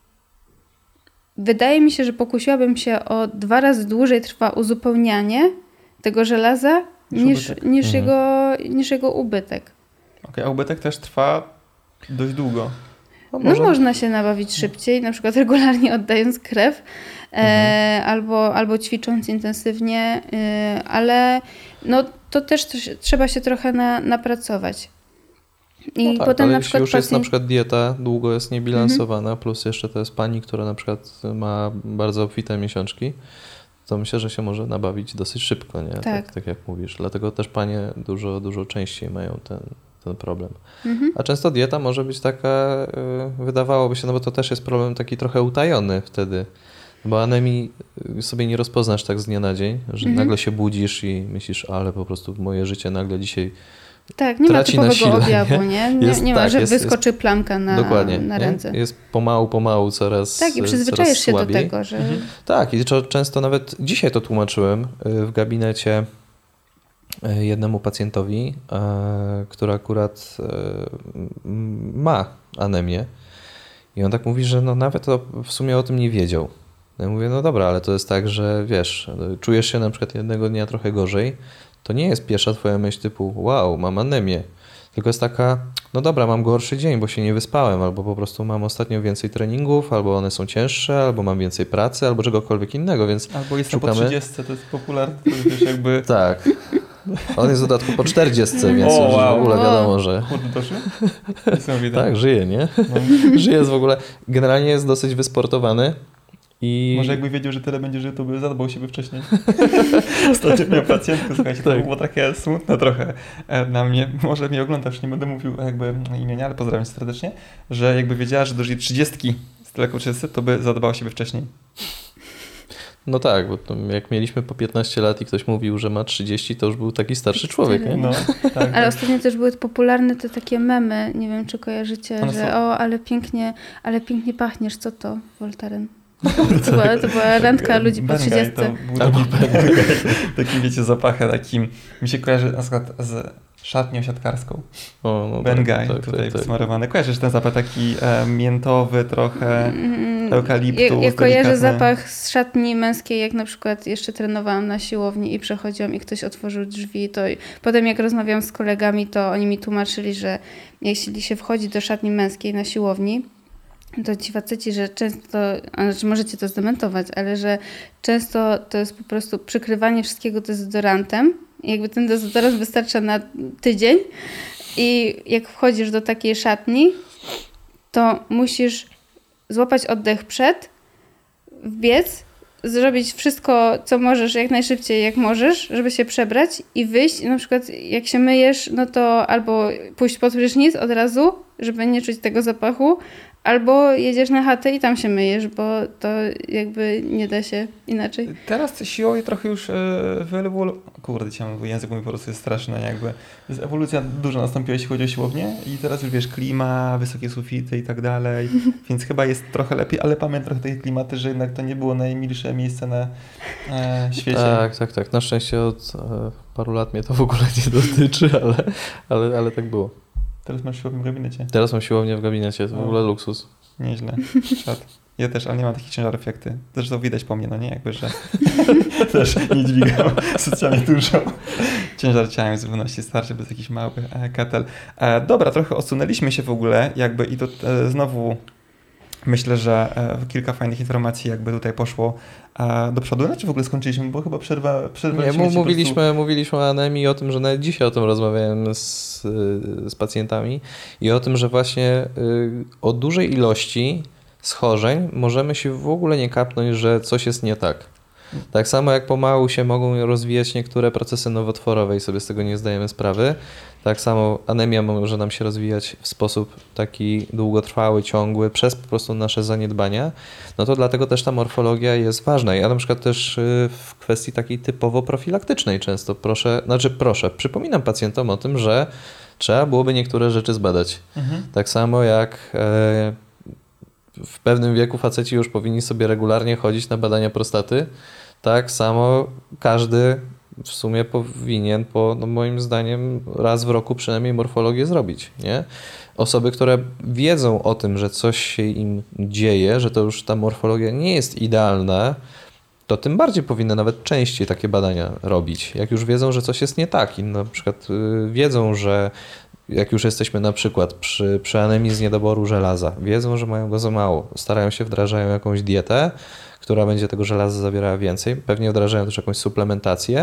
wydaje mi się, że pokusiłabym się o dwa razy dłużej trwa uzupełnianie tego żelaza niż, niż, niż, mhm. jego, niż jego ubytek. Okej, okay, a ubytek też trwa dość długo. No, może... no można się nabawić szybciej, na przykład regularnie oddając krew mhm. e, albo, albo ćwicząc intensywnie, e, ale no, to też trzeba się trochę na, napracować. I no tak, potem ale na jeśli przykład już pacjent... jest na przykład dieta długo jest niebilansowana, mhm. plus jeszcze to jest pani, która na przykład ma bardzo obfite miesiączki, to myślę, że się może nabawić dosyć szybko, nie? Tak. Tak, tak jak mówisz. Dlatego też panie dużo, dużo częściej mają ten, ten problem. Mhm. A często dieta może być taka, wydawałoby się, no bo to też jest problem taki trochę utajony wtedy, bo anemii sobie nie rozpoznasz tak z dnia na dzień, że mhm. nagle się budzisz i myślisz, ale po prostu moje życie nagle dzisiaj tak, nie traci ma na typowego sile, objawu, nie? Nie, jest, nie ma, tak, że jest, wyskoczy jest, plamka na, dokładnie, na ręce. Nie? Jest pomału, pomału coraz tak, i przyzwyczajasz się słabiej. do tego, że... Mhm. Tak, i często nawet dzisiaj to tłumaczyłem w gabinecie jednemu pacjentowi, który akurat ma anemię i on tak mówi, że no nawet to w sumie o tym nie wiedział. Ja mówię, no dobra, ale to jest tak, że wiesz, czujesz się na przykład jednego dnia trochę gorzej, to nie jest pierwsza twoja myśl typu wow, mam anemię, tylko jest taka, no dobra, mam gorszy dzień, bo się nie wyspałem, albo po prostu mam ostatnio więcej treningów, albo one są cięższe, albo mam więcej pracy, albo czegokolwiek innego, więc albo jestem szukamy... po trzydziestce, to jest popularne, to już jakby... Tak. On jest w dodatku po czterdziestce, więc o, już wow. w ogóle wiadomo, że... Kurde, doszło? Tak, żyje, nie? No. Żyje jest w ogóle... Generalnie jest dosyć wysportowany. I... Może jakby wiedział, że tyle będzie żył, to by zadbał o siebie wcześniej. Ostatnio miał pacjentkę, słuchajcie, to tak. było takie smutne trochę na mnie. Może mnie oglądasz, nie będę mówił jakby imienia, ale pozdrawiam cię serdecznie, że jakby wiedziała, że dożyje trzydziestki z tyle kołczysy, to by zadbała o siebie wcześniej. No tak, bo jak mieliśmy po piętnaście lat i ktoś mówił, że ma trzydzieści, to już był taki starszy człowiek, nie? No, tak, ale tak. ostatnio też były popularne te takie memy, nie wiem czy kojarzycie, One że są... o, ale pięknie, ale pięknie pachniesz, co to, Voltaren? To była, to była randka ludzi po trzydziestce. Albo takim, wiecie, zapachem takim, mi się kojarzy na przykład z szatnią siatkarską. O, no Bengay tak, tak, tutaj tak, wysmarowany. Kojarzysz ten zapach taki e, miętowy trochę, mm, eukaliptus. Ja, ja kojarzę zapach z szatni męskiej, jak na przykład jeszcze trenowałam na siłowni i przechodziłam i ktoś otworzył drzwi. To potem jak rozmawiałam z kolegami, to oni mi tłumaczyli, że jeśli się wchodzi do szatni męskiej na siłowni, to ci faceci, że często, znaczy możecie to zdementować, ale że często to jest po prostu przykrywanie wszystkiego dezodorantem. I jakby ten dezodorant wystarcza na tydzień i jak wchodzisz do takiej szatni, to musisz złapać oddech przed, wbiec, zrobić wszystko, co możesz, jak najszybciej, jak możesz, żeby się przebrać i wyjść. I na przykład jak się myjesz, no to albo pójść pod prysznic od razu, żeby nie czuć tego zapachu, albo jedziesz na chatę i tam się myjesz, bo to jakby nie da się inaczej. Teraz siłownie trochę już e, wyewolu... Kurde, dzisiaj język mój po prostu jest straszny, jakby. Jest ewolucja dużo nastąpiła, jeśli chodzi o siłownię i teraz już wiesz, klima, wysokie sufity i tak dalej, więc chyba jest trochę lepiej, ale pamiętam trochę tej klimaty, że jednak to nie było najmilsze miejsce na e, świecie. Tak, tak, tak. Na szczęście od e, paru lat mnie to w ogóle nie dotyczy, ale, ale, ale tak było. Teraz masz siłownię w gabinecie. Teraz mam siłownię w gabinecie, to w ogóle luksus. Nieźle. Szat. Ja też, ale nie mam takich ciężarów jak ty. Zresztą widać po mnie, no nie? Jakby, że też nie dźwigam specjalnie dużo. Ciężar ciała z zupełności starczy bez jakichś małych e, ketel. E, dobra, trochę odsunęliśmy się w ogóle jakby i to e, znowu myślę, że e, kilka fajnych informacji jakby tutaj poszło e, do przodu. Znaczy w ogóle skończyliśmy, bo chyba przerwa, przerwaliśmy nie, ci mówiliśmy, prostu... mówiliśmy o anemii i o tym, że nawet dzisiaj o tym rozmawiałem z, z pacjentami i o tym, że właśnie y, o dużej ilości schorzeń możemy się w ogóle nie kapnąć, że coś jest nie tak. Tak samo jak pomału się mogą rozwijać niektóre procesy nowotworowe i sobie z tego nie zdajemy sprawy, tak samo anemia może nam się rozwijać w sposób taki długotrwały, ciągły, przez po prostu nasze zaniedbania, no to dlatego też ta morfologia jest ważna. Ja na przykład też w kwestii takiej typowo profilaktycznej często proszę, znaczy proszę, przypominam pacjentom o tym, że trzeba byłoby niektóre rzeczy zbadać. Mhm. Tak samo jak e, w pewnym wieku faceci już powinni sobie regularnie chodzić na badania prostaty, tak samo każdy w sumie powinien po, no moim zdaniem, raz w roku przynajmniej morfologię zrobić, nie? Osoby, które wiedzą o tym, że coś się im dzieje, że to już ta morfologia nie jest idealna, to tym bardziej powinny nawet częściej takie badania robić. Jak już wiedzą, że coś jest nie tak i na przykład yy, wiedzą, że jak już jesteśmy na przykład przy, przy anemii z niedoboru żelaza, wiedzą, że mają go za mało, starają się, wdrażają jakąś dietę, która będzie tego żelaza zawierała więcej, pewnie wdrażają też jakąś suplementację,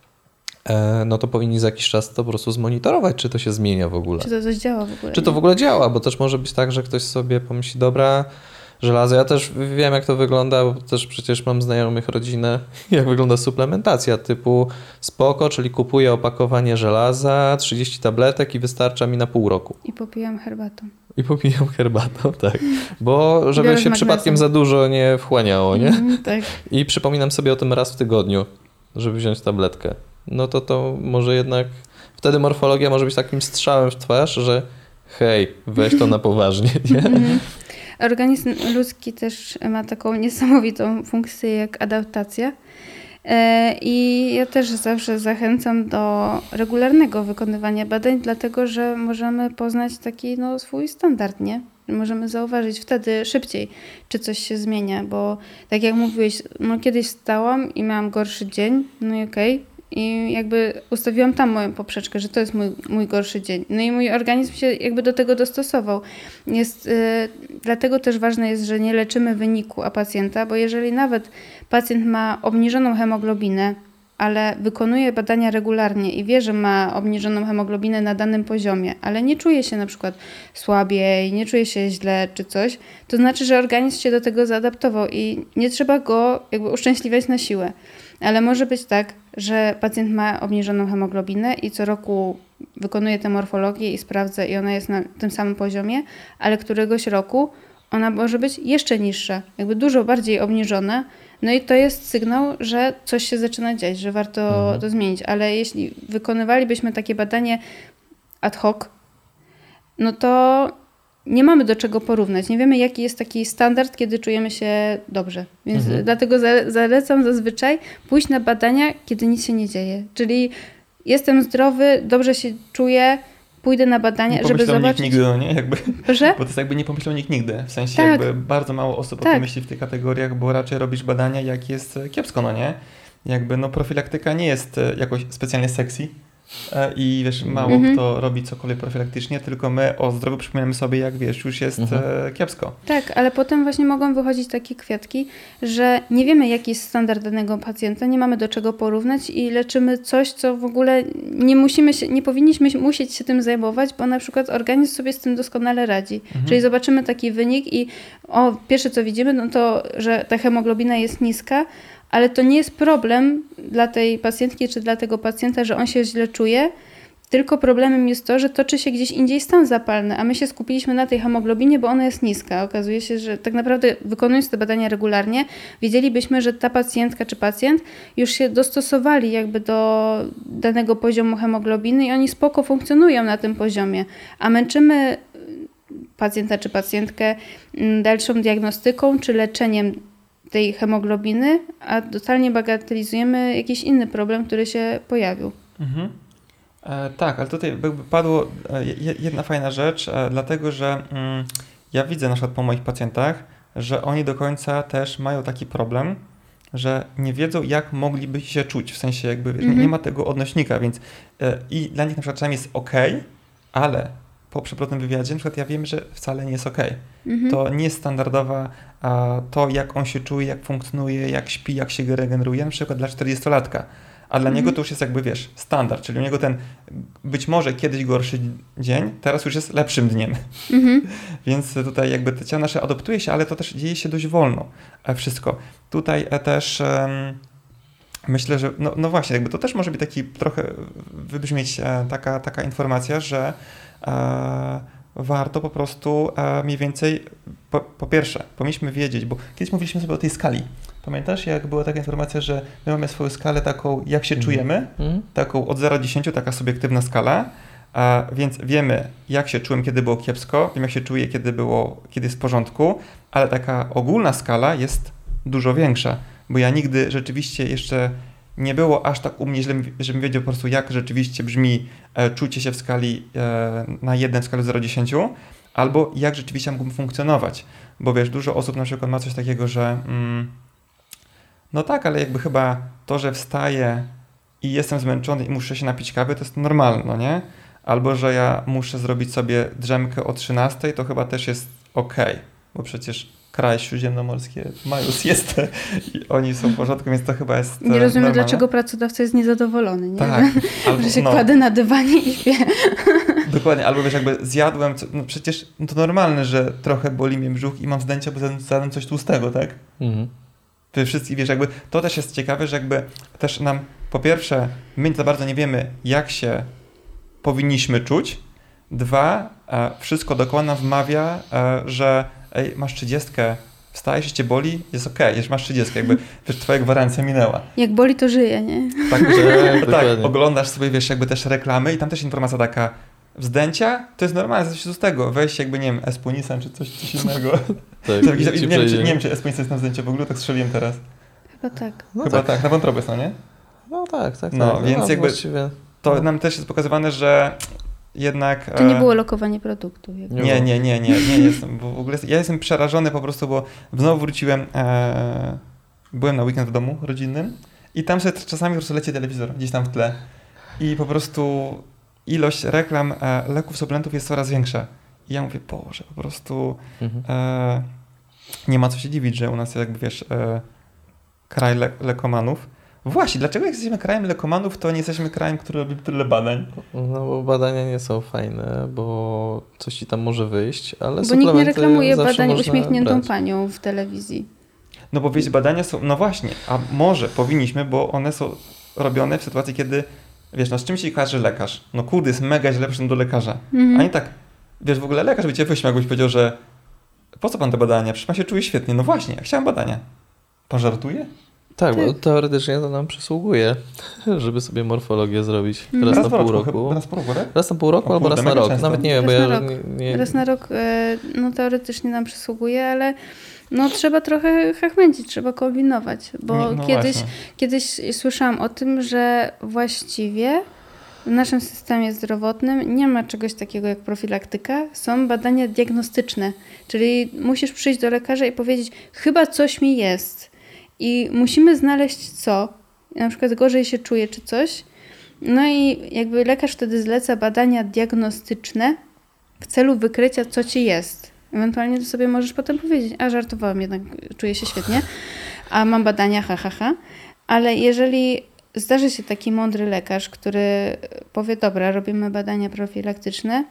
e, no to powinni za jakiś czas to po prostu zmonitorować, czy to się zmienia w ogóle. Czy to coś działa w ogóle. Czy to nie? w ogóle działa, bo też może być tak, że ktoś sobie pomyśli, dobra, żelazo, ja też wiem, jak to wygląda, bo też przecież mam znajomych, rodzinę, jak wygląda suplementacja typu spoko, czyli kupuję opakowanie żelaza, trzydzieści tabletek i wystarcza mi na pół roku. I popijam herbatą. I popijam herbatą, tak. Bo żeby Biorę się przypadkiem za dużo nie wchłaniało, nie? Mm, tak. I przypominam sobie o tym raz w tygodniu, żeby wziąć tabletkę. No to to może jednak wtedy morfologia może być takim strzałem w twarz, że hej, weź to na poważnie, nie? Mm. Organizm ludzki też ma taką niesamowitą funkcję jak adaptacja. I ja też zawsze zachęcam do regularnego wykonywania badań, dlatego że możemy poznać taki no, swój standard, nie? Możemy zauważyć wtedy szybciej, czy coś się zmienia, bo tak jak mówiłeś, no kiedyś wstałam i miałam gorszy dzień, no i okej, okay. I jakby ustawiłam tam moją poprzeczkę, że to jest mój, mój gorszy dzień. No i mój organizm się jakby do tego dostosował. Jest, yy, dlatego też ważne jest, że nie leczymy wyniku a pacjenta, bo jeżeli nawet pacjent ma obniżoną hemoglobinę, ale wykonuje badania regularnie i wie, że ma obniżoną hemoglobinę na danym poziomie, ale nie czuje się na przykład słabiej, nie czuje się źle czy coś, to znaczy, że organizm się do tego zaadaptował i nie trzeba go jakby uszczęśliwiać na siłę. Ale może być tak, że pacjent ma obniżoną hemoglobinę i co roku wykonuje tę morfologię i sprawdza i ona jest na tym samym poziomie, ale któregoś roku ona może być jeszcze niższa, jakby dużo bardziej obniżona. No i to jest sygnał, że coś się zaczyna dziać, że warto mhm. to zmienić. Ale jeśli wykonywalibyśmy takie badanie ad hoc, no to nie mamy do czego porównać. Nie wiemy, jaki jest taki standard, kiedy czujemy się dobrze. Więc mhm. dlatego zalecam zazwyczaj pójść na badania, kiedy nic się nie dzieje. Czyli jestem zdrowy, dobrze się czuję, pójdę na badania, nie żeby zobaczyć... Nikt nigdy, nie? Jakby, Proszę? Bo to jest jakby nie pomyślał nikt nigdy. W sensie tak. jakby bardzo mało osób tak. o tym myśli w tych kategoriach, bo raczej robisz badania, jak jest kiepsko, no nie? Jakby no profilaktyka nie jest jakoś specjalnie sexy i wiesz, mało mm-hmm. kto robi cokolwiek profilaktycznie, tylko my o zdrowiu przypominamy sobie, jak wiesz, już jest mm-hmm. kiepsko. Tak, ale potem właśnie mogą wychodzić takie kwiatki, że nie wiemy, jaki jest standard danego pacjenta, nie mamy do czego porównać i leczymy coś, co w ogóle nie musimy się, nie powinniśmy musieć się tym zajmować, bo na przykład organizm sobie z tym doskonale radzi. Mm-hmm. Czyli zobaczymy taki wynik i o, pierwsze co widzimy, no to, że ta hemoglobina jest niska, ale to nie jest problem dla tej pacjentki czy dla tego pacjenta, że on się źle czuje, tylko problemem jest to, że toczy się gdzieś indziej stan zapalny, a my się skupiliśmy na tej hemoglobinie, bo ona jest niska. Okazuje się, że tak naprawdę wykonując te badania regularnie, wiedzielibyśmy, że ta pacjentka czy pacjent już się dostosowali jakby do danego poziomu hemoglobiny i oni spoko funkcjonują na tym poziomie, a męczymy pacjenta czy pacjentkę dalszą diagnostyką czy leczeniem tej hemoglobiny, a totalnie bagatelizujemy jakiś inny problem, który się pojawił. Mhm. E, tak, ale tutaj padło jedna fajna rzecz, e, dlatego że mm, ja widzę na przykład po moich pacjentach, że oni do końca też mają taki problem, że nie wiedzą, jak mogliby się czuć, w sensie jakby mhm. nie ma tego odnośnika, więc e, i dla nich na przykład czasami jest okej, okay, ale po przeprowadznym wywiadzie na przykład ja wiem, że wcale nie jest okej. Okay. Mhm. To nie jest standardowa a, to, jak on się czuje, jak funkcjonuje, jak śpi, jak się regeneruje, na przykład dla czterdziestolatka. A dla mhm. niego to już jest jakby, wiesz, standard, czyli u niego ten być może kiedyś gorszy dzień, teraz już jest lepszym dniem. Mhm. Więc tutaj jakby te ciało nasze adoptuje się, ale to też dzieje się dość wolno wszystko. Tutaj też um, myślę, że no, no właśnie, jakby to też może być taki trochę wybrzmieć e, taka, taka informacja, że e, warto po prostu e, mniej więcej, po, po pierwsze, powinniśmy wiedzieć, bo kiedyś mówiliśmy sobie o tej skali. Pamiętasz, jak była taka informacja, że my mamy swoją skalę taką, jak się mm. czujemy, mm. taką od zera do dziesięciu, taka subiektywna skala, a więc wiemy, jak się czułem, kiedy było kiepsko, wiem, jak się czuję, kiedy było, kiedy jest w porządku, ale taka ogólna skala jest dużo większa, bo ja nigdy rzeczywiście jeszcze nie było aż tak u mnie źle, żebym wiedział po prostu, jak rzeczywiście brzmi e, czucie się w skali e, na jeden w skali zero do dziesięciu, albo jak rzeczywiście mógłbym funkcjonować, bo wiesz, dużo osób na przykład ma coś takiego, że mm, no tak, ale jakby chyba to, że wstaję i jestem zmęczony i muszę się napić kawy, to jest normalne, no nie? Albo, że ja muszę zrobić sobie drzemkę o trzynastej, to chyba też jest okej, okay, bo przecież kraje śródziemnomorskie mają siestę i oni są w porządku, więc to chyba jest Nie rozumiem, normalne. Dlaczego pracodawca jest niezadowolony, nie? Tak. Albo, że się no, kładę na dywanie i śpię. Dokładnie, albo wiesz, jakby zjadłem, co, no przecież no to normalne, że trochę boli mnie brzuch i mam zdjęcia, bo zjadłem coś tłustego, tak? Mhm. Wy wszyscy, wiesz, jakby to też jest ciekawe, że jakby też nam, po pierwsze, my za bardzo nie wiemy, jak się powinniśmy czuć. Dwa, e, wszystko dookoła nam wmawia, e, że ej, masz trzydziestkę, wstajesz, cię boli, jest okej, okay, już masz trzydziestkę, jakby wiesz, twoja gwarancja minęła. Jak boli, to żyje, nie? Tak, że, tak, oglądasz sobie, wiesz, jakby też reklamy i tam też informacja taka, wzdęcia, to jest normalne, coś z tego, weź jakby, nie wiem, Esponisan czy coś, coś innego. Tak, nie, nie, wiem, czy, nie wiem, czy Esponisan jest na zdjęciu w ogóle, tak strzeliłem teraz. Chyba tak. No Chyba tak. tak, na wątrobę są, nie? No tak, tak. No, tak. więc no, jakby właściwie. to no. nam też jest pokazywane, że jednak... To nie było lokowanie produktu. Nie, nie, nie, nie, nie, nie jestem, bo w ogóle ja jestem przerażony po prostu, bo znowu wróciłem, e, byłem na weekend w domu rodzinnym i tam sobie czasami po prostu leci telewizor gdzieś tam w tle i po prostu ilość reklam e, leków, suplementów jest coraz większa. I ja mówię, Boże, po prostu mhm. e, nie ma co się dziwić, że u nas jakby, wiesz, e, kraj le- lekomanów. Właśnie, dlaczego jak jesteśmy krajem lekomanów, to nie jesteśmy krajem, który robi tyle badań? No bo badania nie są fajne, bo coś ci tam może wyjść, ale bo nikt nie reklamuje badań można uśmiechniętą brać. panią w telewizji. No bo wiesz, badania są, no właśnie, a może powinniśmy, bo one są robione w sytuacji, kiedy, wiesz, no z czym się kojarzy lekarz? No kurde, jest mega źle, przyszedłem do lekarza. Mhm. A nie tak, wiesz, w ogóle lekarz by cię wyśmiał, jakbyś powiedział, że po co pan te badania? Przecież pan się czuje świetnie. No właśnie, ja chciałem badania. Pan żartuje? Tak, bo teoretycznie to nam przysługuje, żeby sobie morfologię zrobić raz, raz na pół roku. roku. Raz, po roku tak? raz na pół roku o, albo raz na rok. Często. Nawet nie wiem, raz bo na ja rok. Nie, nie... Raz na rok no, teoretycznie nam przysługuje, ale no, trzeba trochę chachmęcić, trzeba kombinować. Bo no kiedyś, kiedyś słyszałam o tym, że właściwie w naszym systemie zdrowotnym nie ma czegoś takiego jak profilaktyka. Są badania diagnostyczne, czyli musisz przyjść do lekarza i powiedzieć, chyba coś mi jest. I musimy znaleźć co, na przykład gorzej się czuje czy coś. No i jakby lekarz wtedy zleca badania diagnostyczne w celu wykrycia, co ci jest. Ewentualnie to sobie możesz potem powiedzieć, a żartowałam, jednak czuję się świetnie, a mam badania, ha, ha, ha. Ale jeżeli zdarzy się taki mądry lekarz, który powie, dobra, robimy badania profilaktyczne,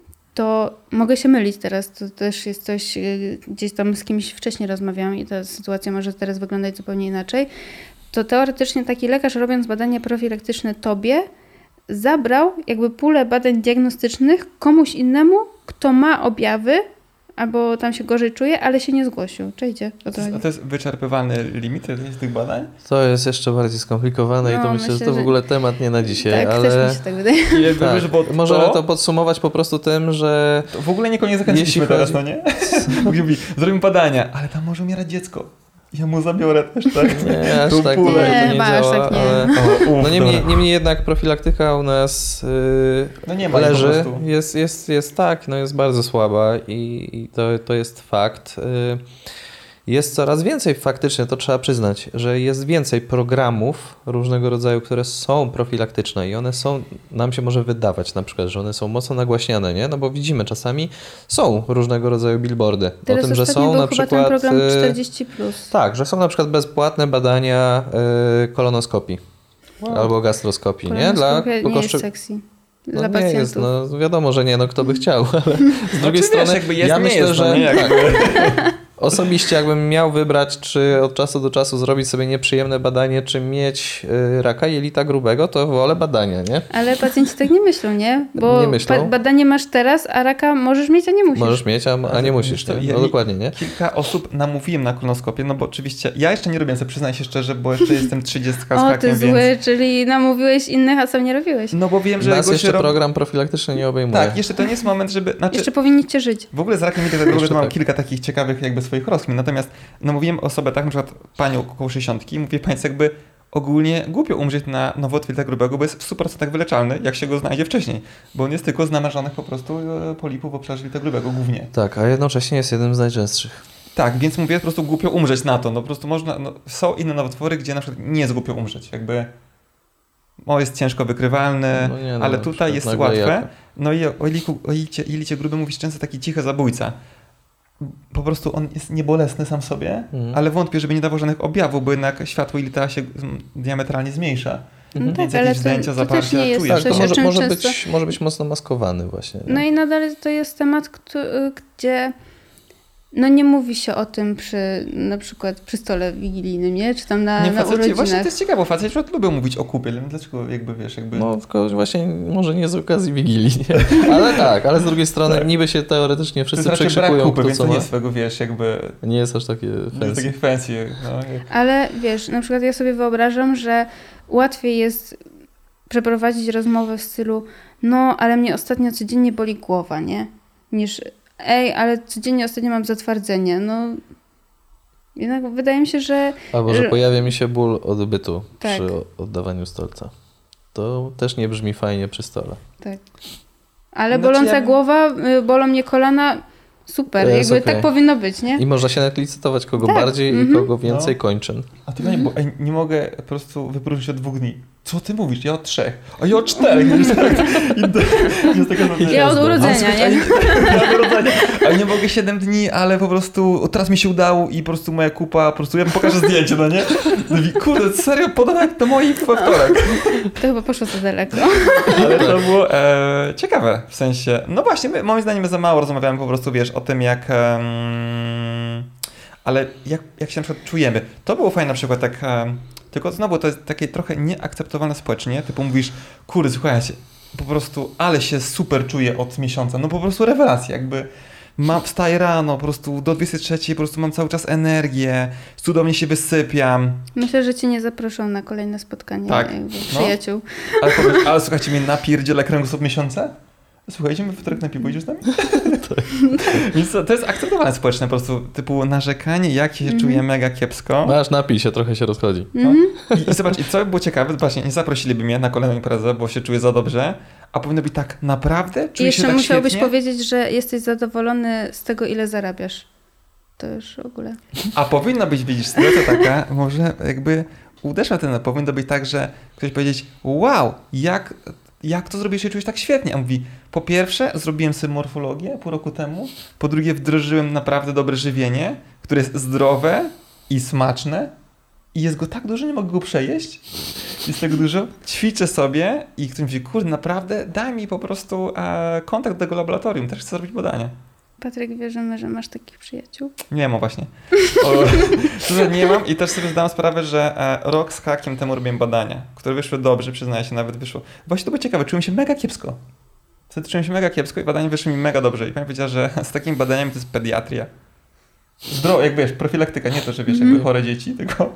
to mogę się mylić teraz, to też jest coś, gdzieś tam z kimś wcześniej rozmawiałam i ta sytuacja może teraz wyglądać zupełnie inaczej, to teoretycznie taki lekarz, robiąc badania profilaktyczne tobie, zabrał jakby pulę badań diagnostycznych komuś innemu, kto ma objawy, albo tam się gorzej czuje, ale się nie zgłosił. Czy idzie? A to, a to jest wyczerpywalny limit tych badań? To jest jeszcze bardziej skomplikowane no, i to myślę, myślę, że to w ogóle temat nie na dzisiaj. Tak, ale... też mi się tak wydaje. Tak. Wiesz, bo Możemy to... to podsumować po prostu tym, że... To w ogóle nikogo nie zakończyliśmy teraz, no nie? Zrobimy badania, ale tam może umierać dziecko. Ja mu zabiorę też, tak? Nie, aż tak nie, nie, to nie masz, działa, tak nie. ale... O, uf, no niemniej, niemniej jednak profilaktyka u nas yy, no nie ma leży, po prostu. jest, jest, jest tak, no jest bardzo słaba i, i to, to jest fakt. Yy, Jest coraz więcej faktycznie, to trzeba przyznać, że jest więcej programów różnego rodzaju, które są profilaktyczne i one są, nam się może wydawać na przykład, że one są mocno nagłaśniane, nie? No bo widzimy czasami, są różnego rodzaju billboardy Teraz o tym, że są był na chyba przykład... ten program czterdzieści plus. Tak, że są na przykład bezpłatne badania y, kolonoskopii wow. albo gastroskopii, nie? Dla nie jest sexy. Dla no pacjentów. Nie jest, no wiadomo, że nie, no kto by chciał, ale z drugiej znaczy, strony wiesz, jakby jest, ja nie myślę, jest, że no, nie, tak, Osobiście jakbym miał wybrać, czy od czasu do czasu zrobić sobie nieprzyjemne badanie, czy mieć y, raka jelita grubego, to wolę badania, nie? Ale pacjenci tak nie myślą, nie? Bo nie myślą. Ba- badanie masz teraz, a raka możesz mieć, a nie musisz. Możesz mieć, a, a nie musisz, to, nie? ja, No dokładnie, nie? Kilka osób namówiłem na kolonoskopię, no bo oczywiście ja jeszcze nie robię, sobie przyznaję się szczerze, bo jeszcze jestem trzydziestka z O, hakiem, ty zły, więc... czyli namówiłeś innych, a sam nie robiłeś. No bo wiem, że... Nas jeszcze rob... program profilaktyczny nie obejmuje. Tak, jeszcze to nie jest moment, żeby... Znaczy... Jeszcze powinniście żyć. W ogóle z rakiem jelita grubego to mam tak. kilka takich ciekawych jakby swoich rozkmin, natomiast no mówiłem osobę tak, na przykład panią około sześćdziesiątki, mówię, państwo jakby ogólnie głupio umrzeć na nowotwór jelita grubego, bo jest w stu procentach wyleczalny, jak się go znajdzie wcześniej, bo on jest tylko z namierzonych po prostu polipów w obszarze jelita grubego głównie. Tak, a jednocześnie jest jednym z najczęstszych. Tak, więc mówię, po prostu głupio umrzeć na to, no po prostu można, no, są inne nowotwory, gdzie na przykład nie jest głupio umrzeć, jakby o, jest ciężko wykrywalny, no nie, no, ale tutaj jest łatwe. Jaka. No i o jeliku, o jelicie, jelicie grubym mówisz często taki cichy zabójca. Po prostu on jest niebolesny sam sobie, mhm. ale wątpię, żeby nie dawał żadnych objawów, bo jednak światło jelita się diametralnie zmniejsza. Mhm. Więc tak, jakieś ale zdjęcia, to, to zaparcia też nie jest czujesz. Tak, to coś, może, może, często... być, może być mocno maskowany właśnie. Nie? No i nadal to jest temat, który, gdzie no nie mówi się o tym przy na przykład przy stole wigilijnym, nie? Czy tam na, nie, na faceci, urodzinach. Właśnie to jest ciekawe, bo faceci przykład lubią mówić o kupie, ale dlaczego jakby wiesz, jakby... No tylko właśnie może nie z okazji Wigilii, nie? Ale tak, ale z drugiej strony tak. niby się teoretycznie wszyscy przekrzykują kupy, kto więc co to nie ma. jest swego, wiesz, jakby... Nie jest aż takie fancy. Nie jest takie fancy. No. Ale wiesz, na przykład ja sobie wyobrażam, że łatwiej jest przeprowadzić rozmowę w stylu no, ale mnie ostatnio codziennie boli głowa, nie? Niż ej, ale codziennie ostatnio mam zatwardzenie. No, jednak wydaje mi się, że... Albo, że pojawia mi się ból odbytu tak. przy oddawaniu stolca. To też nie brzmi fajnie przy stole. Tak. Ale Znaczy, boląca ja... głowa, bolą mnie kolana, super. Jest jakby okay. tak powinno być, nie? I można się nawet licytować, kogo tak. bardziej mm-hmm. i kogo więcej no. kończyn. A ty mm-hmm. bo ej, nie mogę po prostu wypróżnić od dwóch dni. Co ty mówisz? Ja od trzech. A ja od czterech. Ja od urodzenia, nie? Ja od urodzenia. A nie mogę siedem dni, ale po prostu teraz mi się udało i po prostu moja kupa, po prostu ja pokażę zdjęcie, no nie? Kurde, serio, podawaj to moi we wtorek. To chyba poszło za daleko. Ale to było e, ciekawe, w sensie, no właśnie, my, moim zdaniem za mało rozmawiamy po prostu, wiesz, o tym jak... Um, ale jak, jak się na przykład czujemy. To było fajne na przykład tak... Um, tylko znowu to jest takie trochę nieakceptowalne społecznie, typu mówisz, kurde, słuchajcie, po prostu, ale się super czuję od miesiąca, no po prostu rewelacja, jakby mam, wstaję rano, po prostu do dwudziestej trzeciej, po prostu mam cały czas energię, cudownie się wysypiam. Myślę, że cię nie zaproszą na kolejne spotkanie tak. jakby przyjaciół. No. Ale, powiesz, ale słuchajcie, mnie napierdziela kręgosłup miesiąca? Słuchajcie, my w wtorek na piwo idziesz z nami? Więc to, to jest akceptowane społeczne po prostu, typu narzekanie, jak się mm-hmm. czuję mega kiepsko. Masz, napij się, trochę się rozchodzi. Mm-hmm. I, I zobacz, i co by było ciekawe, właśnie nie zaprosiliby mnie na kolejną imprezę, bo się czuję za dobrze, a powinno być tak, naprawdę czuję się tak jeszcze musiałbyś świetnie? powiedzieć, że jesteś zadowolony z tego, ile zarabiasz. To już w ogóle. A powinno być, widzisz, sytuacja taka, może jakby uderza ten, powinno być tak, że ktoś powiedzieć, wow, jak... Jak to zrobiłeś, że czujesz tak świetnie? A on mówi, po pierwsze zrobiłem sobie morfologię pół roku temu, po drugie wdrożyłem naprawdę dobre żywienie, które jest zdrowe i smaczne i jest go tak dużo, nie mogę go przejeść. Jest tego dużo. Ćwiczę sobie i ktoś mówi, kurde, naprawdę daj mi po prostu e, kontakt do tego laboratorium, też chcę zrobić badania. Patryk, wierzymy, że masz takich przyjaciół? Nie mam właśnie. O, że nie mam i też sobie zdałem sprawę, że e, rok z hakiem temu robiłem badania, które wyszły dobrze, przyznaję się, nawet wyszło. Właśnie to było ciekawe, czułem się mega kiepsko. Wtedy czułem się mega kiepsko i badania wyszły mi mega dobrze. I pani powiedziała, że z takimi badaniami to jest pediatria. Zdrowo, jak wiesz, profilaktyka, nie to, że wiesz, jakby chore dzieci, tylko...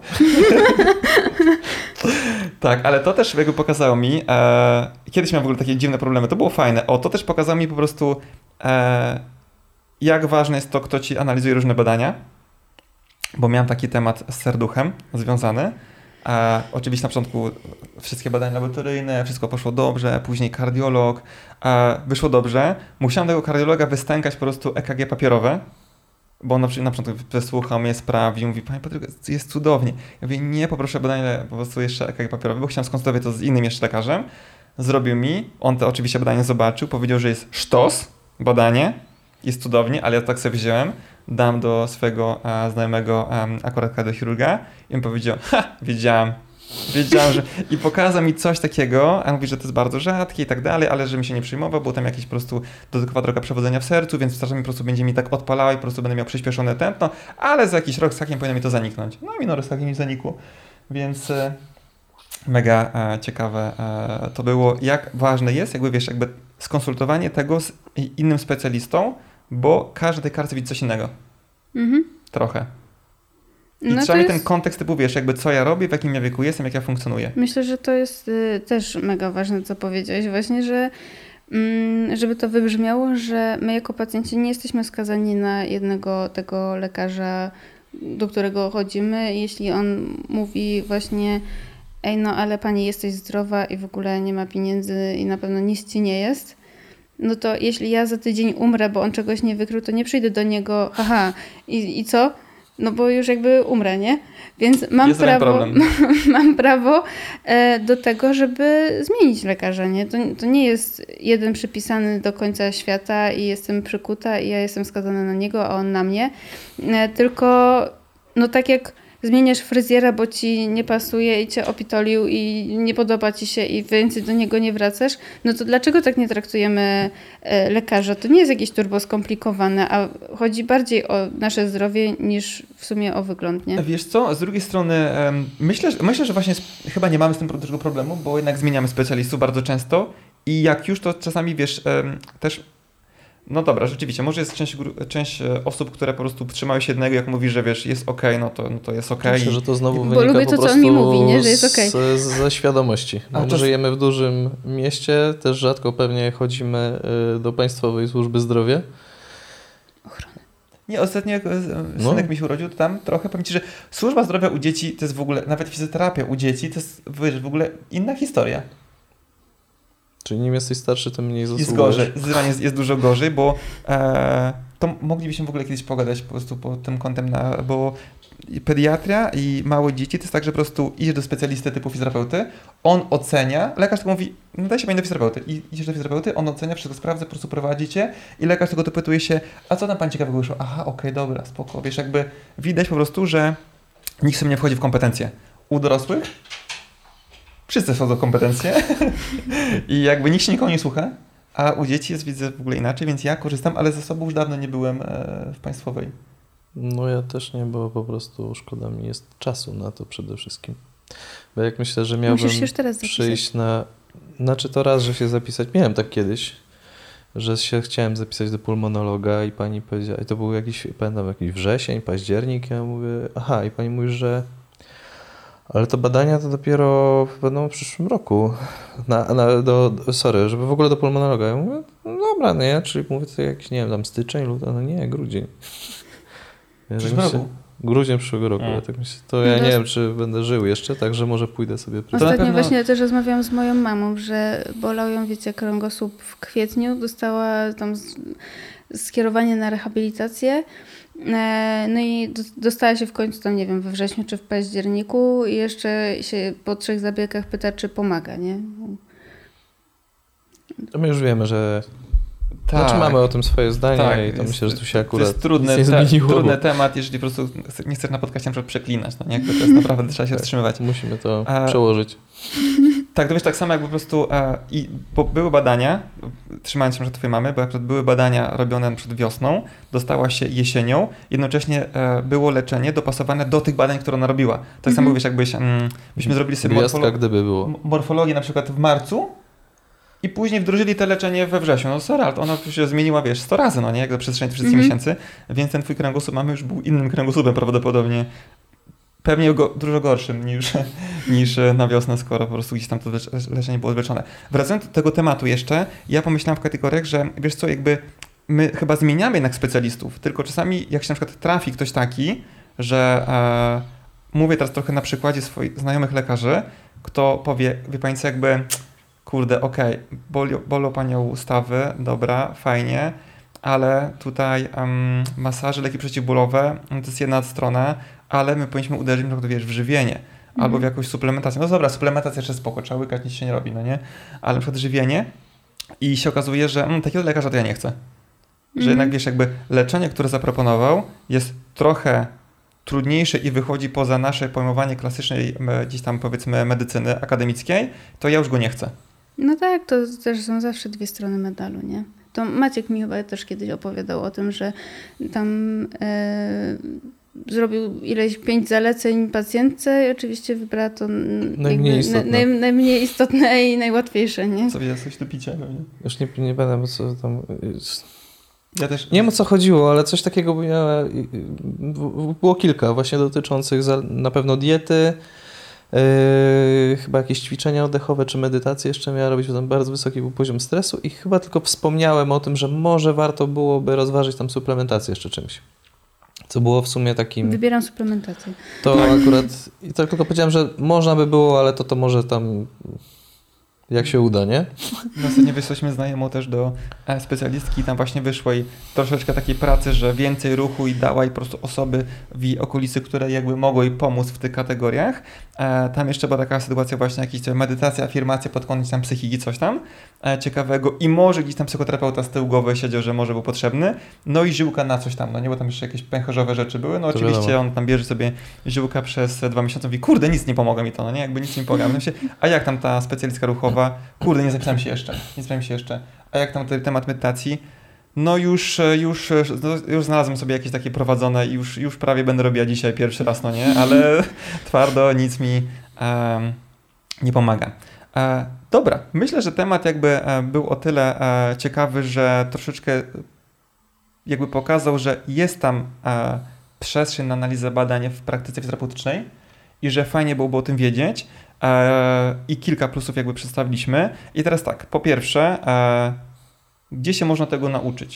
Tak, ale to też jakby pokazało mi, e, kiedyś miałem w ogóle takie dziwne problemy, to było fajne. O, to też pokazało mi po prostu... E, jak ważne jest to, kto ci analizuje różne badania, bo miałem taki temat z serduchem związany. E, oczywiście na początku wszystkie badania laboratoryjne, wszystko poszło dobrze, później kardiolog, e, wyszło dobrze. Musiałem tego kardiologa wystękać po prostu E K G papierowe, bo on na, na początku wysłuchał mnie, sprawdził, mówi, panie Patryku, jest cudownie. Ja mówię, nie, poproszę badanie po prostu jeszcze E K G papierowe, bo chciałem skonsultować to z innym jeszcze lekarzem. Zrobił mi, on to oczywiście badanie zobaczył, powiedział, że jest sztos, badanie, jest cudownie, ale ja tak sobie wziąłem, dam do swojego e, znajomego e, akurat kardiochirurga i on powiedział, ha, wiedziałem, Wiedziałem, że... I pokazał mi coś takiego, a mówi, że to jest bardzo rzadkie i tak dalej, ale że mi się nie przyjmował, bo tam jakieś po prostu dodatkowa droga przewodzenia w sercu, więc czasami po prostu będzie mi tak odpalało i po prostu będę miał przyspieszone tętno, ale za jakiś rok z hakiem powinno mi to zaniknąć. No i no, z hakiem mi zanikło. Więc e, mega e, ciekawe e, to było, jak ważne jest, jakby wiesz, jakby skonsultowanie tego z innym specjalistą, bo każdy tej karty widzi coś innego. Mhm. Trochę. I no trzeba mieć jest... ten kontekst typu, wiesz, jakby co ja robię, w jakim ja wieku jestem, jak ja funkcjonuję. Myślę, że to jest y, też mega ważne, co powiedziałeś właśnie, że mm, żeby to wybrzmiało, że my jako pacjenci nie jesteśmy skazani na jednego tego lekarza, do którego chodzimy. Jeśli on mówi właśnie, ej no ale pani jesteś zdrowa i w ogóle nie ma pieniędzy i na pewno nic ci nie jest, no to jeśli ja za tydzień umrę, bo on czegoś nie wykrył, to nie przyjdę do niego, haha, i, i co? No bo już jakby umrę, nie? Więc mam jest prawo, mam prawo e, do tego, żeby zmienić lekarza, nie? To, to nie jest jeden przypisany do końca świata i jestem przykuta i ja jestem skazana na niego, a on na mnie. E, tylko no tak jak zmieniasz fryzjera, bo ci nie pasuje i cię opitolił i nie podoba ci się i więcej do niego nie wracasz, no to dlaczego tak nie traktujemy e, lekarza? To nie jest jakieś turbo skomplikowane, a chodzi bardziej o nasze zdrowie niż w sumie o wygląd, nie? Wiesz co, z drugiej strony um, myślę, myślę, że właśnie chyba nie mamy z tym dużego problemu, bo jednak zmieniamy specjalistów bardzo często i jak już to czasami wiesz, um, też no dobra, rzeczywiście, może jest część, część osób, które po prostu trzymają się jednego, jak mówi, że wiesz, jest okej, okay, no, to, no to jest okej. Okay. Myślę, że to znowu bo wynika lubię po to, prostu co on mi mówi, nie? Że jest okej. Okay. ze świadomości. My to... żyjemy w dużym mieście, też rzadko pewnie chodzimy do Państwowej Służby Zdrowia. Ochrony. Nie, ostatnio jak synek no. mi się urodził, to tam trochę powiem Ci, że służba zdrowia u dzieci to jest w ogóle, nawet fizjoterapia u dzieci to jest w ogóle inna historia. Czyli im jesteś starszy, tym mniej zasługujesz. Jest gorzej, zdecydowanie jest, jest dużo gorzej, bo e, to moglibyśmy w ogóle kiedyś pogadać po prostu pod tym kątem, na, bo pediatria i małe dzieci to jest tak, że po prostu idziesz do specjalisty typu fizjoterapeuty, on ocenia, lekarz tylko mówi, no daj się pani do fizjoterapeuty, i idziesz do fizjoterapeuty, on ocenia, wszystko sprawdza, po prostu prowadzi cię i lekarz tylko dopytuje się, a co tam pan ciekawego wyszło? Aha, okej, okay, dobra, spoko, wiesz, jakby widać po prostu, że nikt sobie nie wchodzi w kompetencje. U dorosłych wszyscy wchodzą w kompetencje i jakby nikt się nikogo nie słucha, a u dzieci jest widzę w ogóle inaczej, więc ja korzystam, ale ze sobą już dawno nie byłem w państwowej. No ja też nie, bo po prostu szkoda mi jest czasu na to przede wszystkim. Bo jak myślę, że miałbym przyjść na... Znaczy to raz, że się zapisać, miałem tak kiedyś, że się chciałem zapisać do pulmonologa i pani powiedziała, i to był jakiś, pamiętam, jakiś wrzesień, październik, ja mówię, aha, i pani mówi, że ale to badania to dopiero będą w przyszłym roku. Na, na, do, sorry, żeby w ogóle do pulmonologa. Ja mówię, no dobra, nie, czyli mówię to jakiś, nie wiem, tam styczeń, luty, no nie, grudzień. Ja tak myślę, grudzień przyszłego roku. Ja tak myślę, to ja nie wiem, czy będę żył jeszcze, także może pójdę sobie. Ostatnio pewno... właśnie też rozmawiałam z moją mamą, że bolał ją, wiecie, kręgosłup w kwietniu, dostała tam skierowanie na rehabilitację. No i dostała się w końcu tam, nie wiem, we wrześniu czy w październiku i jeszcze się po trzech zabiegach pyta, czy pomaga, nie? To my już wiemy, że tak. Znaczy mamy o tym swoje zdanie tak, i to jest, myślę, że tu się akurat to jest trudny, nie te, zmieniło. trudny temat, jeżeli po prostu nie chcesz na podcaście na przykład przeklinać, no nie? To jest naprawdę, trzeba się wstrzymywać. Musimy to A, przełożyć. Tak, to wiesz, tak samo jak po prostu e, i, bo były badania, trzymając się, że twojej mamy, bo jak były badania robione przed wiosną, dostała się jesienią, jednocześnie e, było leczenie dopasowane do tych badań, które ona robiła. Tak mm-hmm. samo wiesz, jakbyś, mm, byśmy zrobili sobie morfolo- gdyby było. morfologię na przykład w marcu i później wdrożyli to leczenie we wrześniu. No sorry, ale ona się zmieniła, wiesz, sto razy, no nie, jak do przestrzeni wszystkich mm-hmm. miesięcy, więc ten twój kręgosłup mamy już był innym kręgosłupem prawdopodobnie. Pewnie go, dużo gorszym niż, niż na wiosnę, skoro po prostu gdzieś tam to leczenie było odwleczone. Wracając do tego tematu jeszcze, ja pomyślałem w kategoriach, że wiesz co, jakby my chyba zmieniamy jednak specjalistów, tylko czasami jak się na przykład trafi ktoś taki, że e, mówię teraz trochę na przykładzie swoich znajomych lekarzy, kto powie, wie pani co, jakby kurde, okej, okay, bolą panią ustawy, dobra, fajnie, ale tutaj um, masaże, leki przeciwbólowe, to jest jedna strona, ale my powinniśmy uderzyć no, wiesz, w żywienie mm. albo w jakąś suplementację. No dobra, suplementacja jeszcze spoko, trzeba łykać, nic się nie robi, no nie? Ale na przykład żywienie i się okazuje, że mm, takiego lekarza to ja nie chcę. Że mm. jednak wiesz, jakby leczenie, które zaproponował jest trochę trudniejsze i wychodzi poza nasze pojmowanie klasycznej gdzieś tam powiedzmy medycyny akademickiej, to ja już go nie chcę. No tak, to też są zawsze dwie strony medalu, nie? To Maciek mi chyba też kiedyś opowiadał o tym, że tam e, zrobił ileś pięć zaleceń pacjentce i oczywiście wybrała to najmniej istotne. Naj, najmniej istotne i najłatwiejsze, nie? Co jest coś do picia, pewnie. Już nie, nie będę, bo co tam... Ja też... Nie wiem, o co chodziło, ale coś takiego miała, było kilka właśnie dotyczących za, na pewno diety, Yy, chyba jakieś ćwiczenia oddechowe czy medytację jeszcze miała robić, bo tam bardzo wysoki był poziom stresu i chyba tylko wspomniałem o tym, że może warto byłoby rozważyć tam suplementację jeszcze czymś. Co było w sumie takim... Wybieram suplementację. To akurat... I to tylko powiedziałem, że można by było, ale to to może tam... Jak się uda, nie? No ostatnio wysłaliśmy znajomą też do specjalistki i tam właśnie wyszło i troszeczkę takiej pracy, że więcej ruchu i dała i po prostu osoby w jej okolicy, które jakby mogły jej pomóc w tych kategoriach. E, tam jeszcze była taka sytuacja właśnie jakieś medytacja, afirmacja pod kątem tam psychiki, coś tam e, ciekawego i może gdzieś tam psychoterapeuta z tyłu głowy siedział, że może był potrzebny. No i żyłka na coś tam, no nie, bo tam jeszcze jakieś pęcherzowe rzeczy były. No to oczywiście wiadomo. On tam bierze sobie żyłka przez dwa miesiące i mówi, kurde, nic nie pomogło mi to, no nie, jakby nic nie pomogło. Się, a jak tam ta specjalistka ruchowa? Kurde, nie zapisałem się jeszcze, nie zapisałem się jeszcze. A jak tam ten temat medytacji? No już, już, już znalazłem sobie jakieś takie prowadzone i już, już prawie będę robiła dzisiaj pierwszy raz, no nie, ale twardo nic mi um, nie pomaga. E, dobra, myślę, że temat jakby był o tyle e, ciekawy, że troszeczkę jakby pokazał, że jest tam e, przestrzeń na analizę badań w praktyce fizjoterapeutycznej i że fajnie byłoby o tym wiedzieć. I kilka plusów jakby przedstawiliśmy. I teraz tak, po pierwsze, gdzie się można tego nauczyć?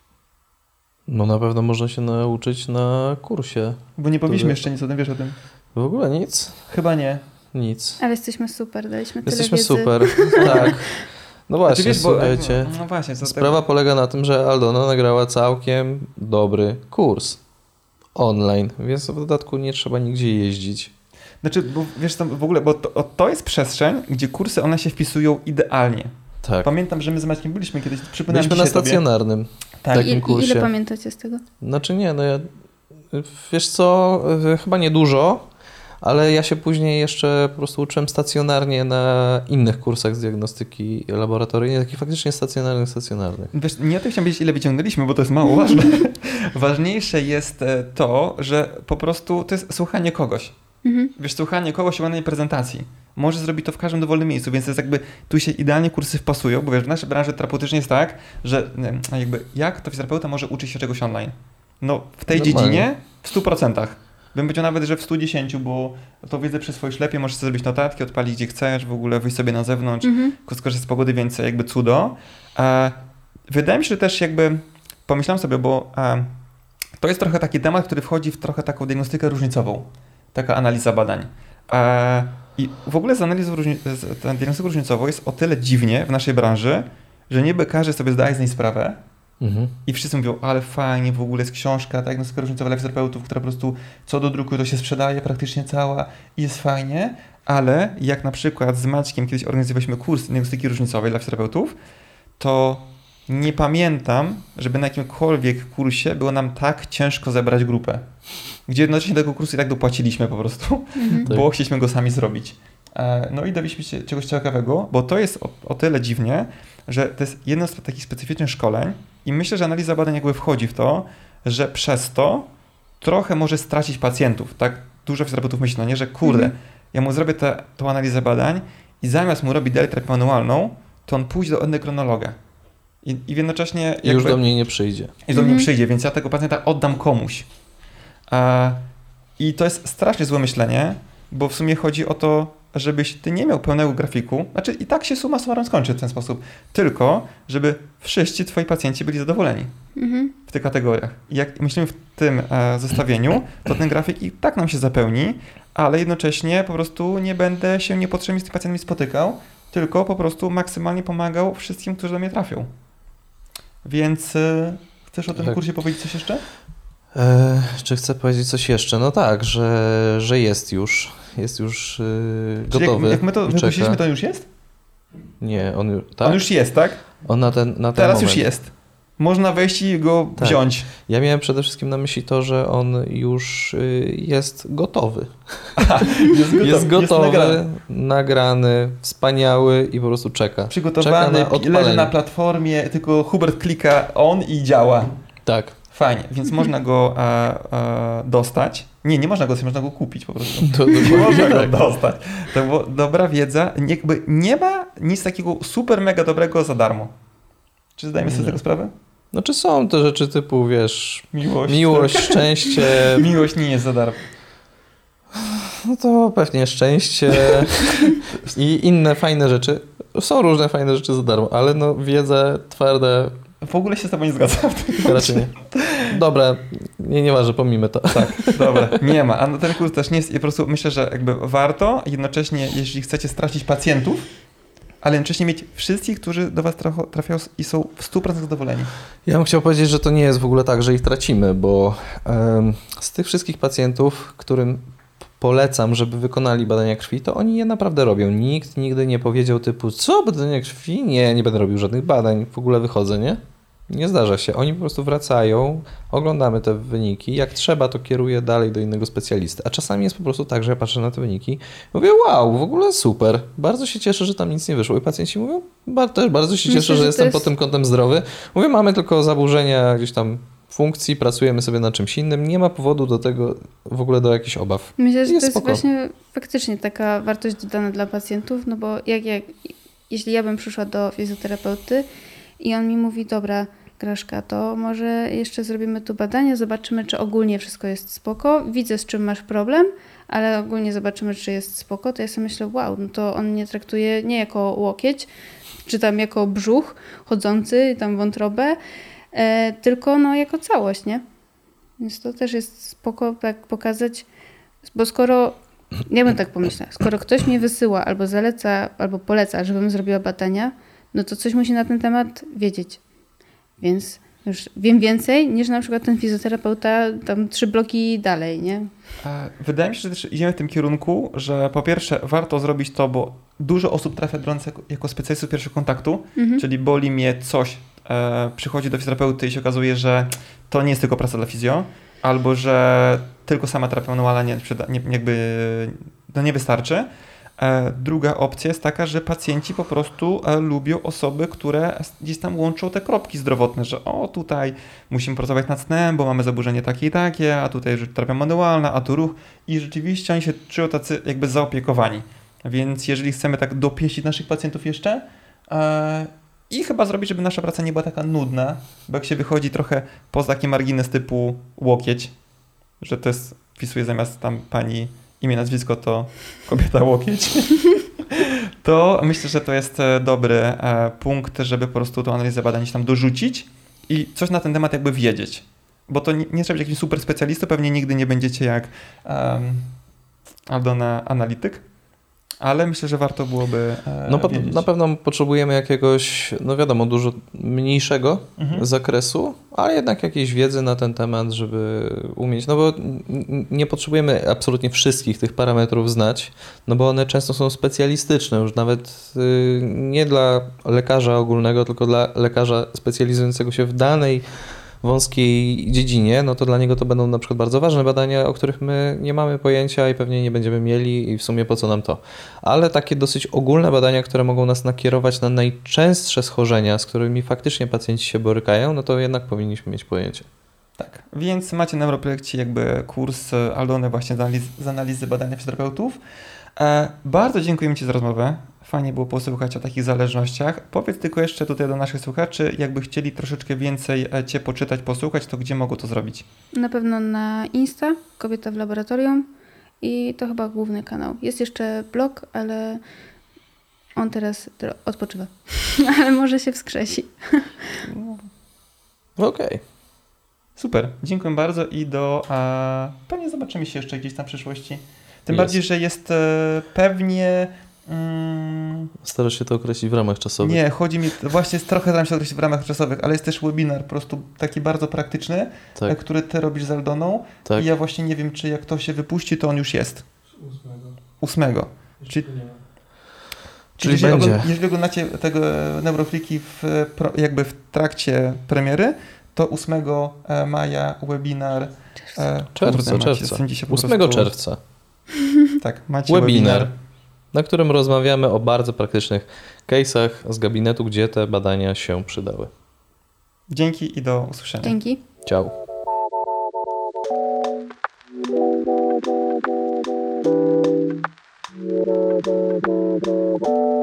No na pewno można się nauczyć na kursie. Bo nie powiedzieliśmy jeszcze nic o tym, wiesz o tym? W ogóle nic? Chyba nie. Nic. Ale jesteśmy super, daliśmy tyle Jesteśmy wiedzy. super, tak. No właśnie, znaczy, wiesz, bo, słuchajcie. No właśnie, co sprawa tego? Polega na tym, że Aldona nagrała całkiem dobry kurs online, więc w dodatku nie trzeba nigdzie jeździć. Znaczy, bo wiesz tam w ogóle, bo to, to jest przestrzeń, gdzie kursy one się wpisują idealnie. Tak. Pamiętam, że my z Maćkiem byliśmy kiedyś, Byliśmy na stacjonarnym tak. takim I, kursie. Ile pamiętacie z tego? Znaczy nie, no ja, wiesz co, chyba nie dużo, ale ja się później jeszcze po prostu uczyłem stacjonarnie na innych kursach z diagnostyki laboratoryjnej, takich faktycznie stacjonarnych, stacjonarnych. Wiesz, nie o tym chciałem wiedzieć, ile wyciągnęliśmy, bo to jest mało ważne. Ważniejsze jest to, że po prostu to jest słuchanie kogoś. Mhm. Wiesz, słuchanie kogoś o danej prezentacji. Może zrobić to w każdym dowolnym miejscu, więc jest jakby tu się idealnie kursy wpasują, bo wiesz, w naszej branży terapeutycznej jest tak, że jakby jak to fizjoterapeuta może uczyć się czegoś online? No w tej Normalnie. dziedzinie w stu procentach. Bym powiedział nawet, że w stu dziesięciu, bo to wiedzę przy swoim ślepie, możesz sobie zrobić notatki, odpalić gdzie chcesz, w ogóle wyjść sobie na zewnątrz, mhm. skorzystać z pogody, więc jakby cudo. E, wydaje mi się, że też jakby pomyślałem sobie, bo e, to jest trochę taki temat, który wchodzi w trochę taką diagnostykę różnicową. Taka analiza badań. E, I w ogóle z analizą różni- z, ta diagnostyką różnicową jest o tyle dziwnie w naszej branży, że niby każdy sobie zdaje z niej sprawę mhm. i wszyscy mówią, ale fajnie, w ogóle jest książka diagnostyka różnicowa dla fizjoterapeutów, która po prostu co do druku to się sprzedaje praktycznie cała i jest fajnie, ale jak na przykład z Maćkiem kiedyś organizowaliśmy kurs diagnostyki różnicowej dla fizjoterapeutów, to nie pamiętam, żeby na jakimkolwiek kursie było nam tak ciężko zebrać grupę. Gdzie jednocześnie tego kursu i tak dopłaciliśmy po prostu, mhm. bo chcieliśmy go sami zrobić. No i dowiedzieliśmy się czegoś ciekawego, bo to jest o, o tyle dziwnie, że to jest jedno z takich specyficznych szkoleń i myślę, że analiza badań jakby wchodzi w to, że przez to trochę może stracić pacjentów. Tak dużo fizjoterapeutów myśli, no nie, że kurde, mhm. ja mu zrobię te, tą analizę badań i zamiast mu robić dalej terapię manualną, to on pójdzie do endokrynologa. I, i jednocześnie... Jakby, już do mnie nie przyjdzie. Już do mnie mhm. przyjdzie, więc ja tego pacjenta oddam komuś. A, I to jest strasznie złe myślenie, bo w sumie chodzi o to, żebyś ty nie miał pełnego grafiku, znaczy i tak się summa summarum skończy w ten sposób, tylko żeby wszyscy twoi pacjenci byli zadowoleni mhm. w tych kategoriach. I jak myślimy w tym e, zestawieniu, to ten grafik i tak nam się zapełni, ale jednocześnie po prostu nie będę się niepotrzebnie z tymi pacjentami spotykał, tylko po prostu maksymalnie pomagał wszystkim, którzy do mnie trafią. Więc e, chcesz o tym tak. kursie powiedzieć coś jeszcze? E, czy chcę powiedzieć coś jeszcze? No tak, że, że jest już, jest już yy, gotowy. Jak, jak my to wypuściliśmy, to on już jest? Nie, on już, tak? On już jest, tak? On na ten, na ten Teraz moment. już jest. Można wejść i go tak. wziąć. Ja miałem przede wszystkim na myśli to, że on już jest gotowy. Aha, jest gotowy, jest gotowy jest nagrany. nagrany, wspaniały i po prostu czeka. Przygotowany, czeka na leży na platformie, tylko Hubert klika on i działa. Tak. Fajnie, więc można go e, e, dostać. Nie, nie można go dostać, można go kupić po prostu. To, nie można tak. go dostać. To była dobra wiedza. Jakby nie ma nic takiego super mega dobrego za darmo. Czy zdajemy sobie z tego sprawę? No czy są te rzeczy typu, wiesz, miłość, miłość tak? szczęście. Miłość nie jest za darmo. No to pewnie szczęście i inne fajne rzeczy. Są różne fajne rzeczy za darmo, ale no wiedzę twarde. W ogóle się z tobą nie zgadzam. Raczej nie. Dobra, nie, nieważne, pomijmy to. Tak, dobra, nie ma. A ten kurs też nie jest, po prostu myślę, że jakby warto jednocześnie, jeśli chcecie stracić pacjentów, ale jednocześnie mieć wszystkich, którzy do was trafiają i są w stu procentach zadowoleni. Ja bym chciał powiedzieć, że to nie jest w ogóle tak, że ich tracimy, bo um, z tych wszystkich pacjentów, którym polecam, żeby wykonali badania krwi, to oni je naprawdę robią. Nikt nigdy nie powiedział typu, co, badania krwi? Nie, nie będę robił żadnych badań, w ogóle wychodzę, nie? Nie zdarza się. Oni po prostu wracają, oglądamy te wyniki, jak trzeba, to kieruję dalej do innego specjalisty. A czasami jest po prostu tak, że ja patrzę na te wyniki i mówię, wow, w ogóle super, bardzo się cieszę, że tam nic nie wyszło. I pacjenci mówią, ba, też bardzo się Myślę, cieszę, że, że że jestem jest... pod tym kątem zdrowy. Mówię, mamy tylko zaburzenia gdzieś tam funkcji, pracujemy sobie nad czymś innym, nie ma powodu do tego, w ogóle do jakichś obaw. Myślę, że jest to jest spoko. właśnie faktycznie taka wartość dodana dla pacjentów, no bo jak, jak jeśli ja bym przyszła do fizjoterapeuty i on mi mówi, dobra, Graszka, to może jeszcze zrobimy tu badania, zobaczymy, czy ogólnie wszystko jest spoko, widzę, z czym masz problem, ale ogólnie zobaczymy, czy jest spoko, to ja sobie myślę, wow, no to on mnie traktuje nie jako łokieć, czy tam jako brzuch chodzący, tam wątrobę, e, tylko no jako całość, nie? Więc to też jest spoko tak pokazać, bo skoro, ja bym tak pomyślała, skoro ktoś mnie wysyła albo zaleca, albo poleca, żebym zrobiła badania, no to coś musi na ten temat wiedzieć. Więc już wiem więcej niż na przykład ten fizjoterapeuta tam trzy bloki dalej, nie? Wydaje mi się, że też idziemy w tym kierunku, że po pierwsze warto zrobić to, bo dużo osób trafia do nas jako, jako specjalistów pierwszego kontaktu, mhm. czyli boli mnie coś, e, przychodzi do fizjoterapeuty i się okazuje, że to nie jest tylko praca dla fizjo, albo że tylko sama terapia manualna nie, nie, jakby, no nie wystarczy. E, druga opcja jest taka, że pacjenci po prostu e, lubią osoby, które gdzieś tam łączą te kropki zdrowotne, że o tutaj musimy pracować nad snem, bo mamy zaburzenie takie i takie, a tutaj terapia manualna, a tu ruch i rzeczywiście oni się czują tacy jakby zaopiekowani. Więc jeżeli chcemy tak dopieścić naszych pacjentów jeszcze e, i chyba zrobić, żeby nasza praca nie była taka nudna, bo jak się wychodzi trochę poza taki margines typu łokieć, że to jest, wpisuje zamiast tam pani imię, nazwisko to kobieta łokieć, to myślę, że to jest dobry e, punkt, żeby po prostu tą analizę badań tam dorzucić i coś na ten temat jakby wiedzieć. Bo to nie, nie trzeba być jakimś super specjalistą, pewnie nigdy nie będziecie jak um, Aldona analityk, ale myślę, że warto byłoby e, no, wiedzieć. Na pewno potrzebujemy jakiegoś, no wiadomo, dużo mniejszego mhm. zakresu, ale jednak jakiejś wiedzy na ten temat, żeby umieć, no bo nie potrzebujemy absolutnie wszystkich tych parametrów znać, no bo one często są specjalistyczne, już nawet y, nie dla lekarza ogólnego, tylko dla lekarza specjalizującego się w danej wąskiej dziedzinie, no to dla niego to będą na przykład bardzo ważne badania, o których my nie mamy pojęcia i pewnie nie będziemy mieli i w sumie po co nam to. Ale takie dosyć ogólne badania, które mogą nas nakierować na najczęstsze schorzenia, z którymi faktycznie pacjenci się borykają, no to jednak powinniśmy mieć pojęcie. Tak, więc macie na Neuroprojekcie jakby kurs Aldony właśnie z analizy, z analizy badania fizjoterapeutów. E, bardzo dziękujemy Ci za rozmowę. Fajnie było posłuchać o takich zależnościach. Powiedz tylko jeszcze tutaj do naszych słuchaczy, jakby chcieli troszeczkę więcej Cię poczytać, posłuchać, to gdzie mogą to zrobić? Na pewno na Insta, Kobieta w Laboratorium i to chyba główny kanał. Jest jeszcze blog, ale on teraz odpoczywa. Ale może się wskrzesi. Okej. Okay. Super, dziękuję bardzo i do... A, pewnie zobaczymy się jeszcze gdzieś tam w przyszłości. Tym jest. bardziej, że jest e, pewnie... Mm, Starasz się to określić w ramach czasowych? Nie, chodzi mi... Właśnie trochę staram się określić w ramach czasowych, ale jest też webinar po prostu taki bardzo praktyczny, tak. e, który Ty robisz z Aldoną. Tak. I ja właśnie nie wiem, czy jak to się wypuści, to on już jest. Ósmego. Ósmego. Czyli... Czyli jeżeli, będzie. ogl- jeżeli oglądacie tego Neurofreaki w, pro, jakby w trakcie premiery, to ósmego maja webinar. E, Czerwca, kurde, czerwca. Macie, sędzi się po ósmego prostu- czerwca. Tak, macie Webinar, webinar. na którym rozmawiamy o bardzo praktycznych case'ach z gabinetu, gdzie te badania się przydały. Dzięki i do usłyszenia. Dzięki. Ciao. Thank you.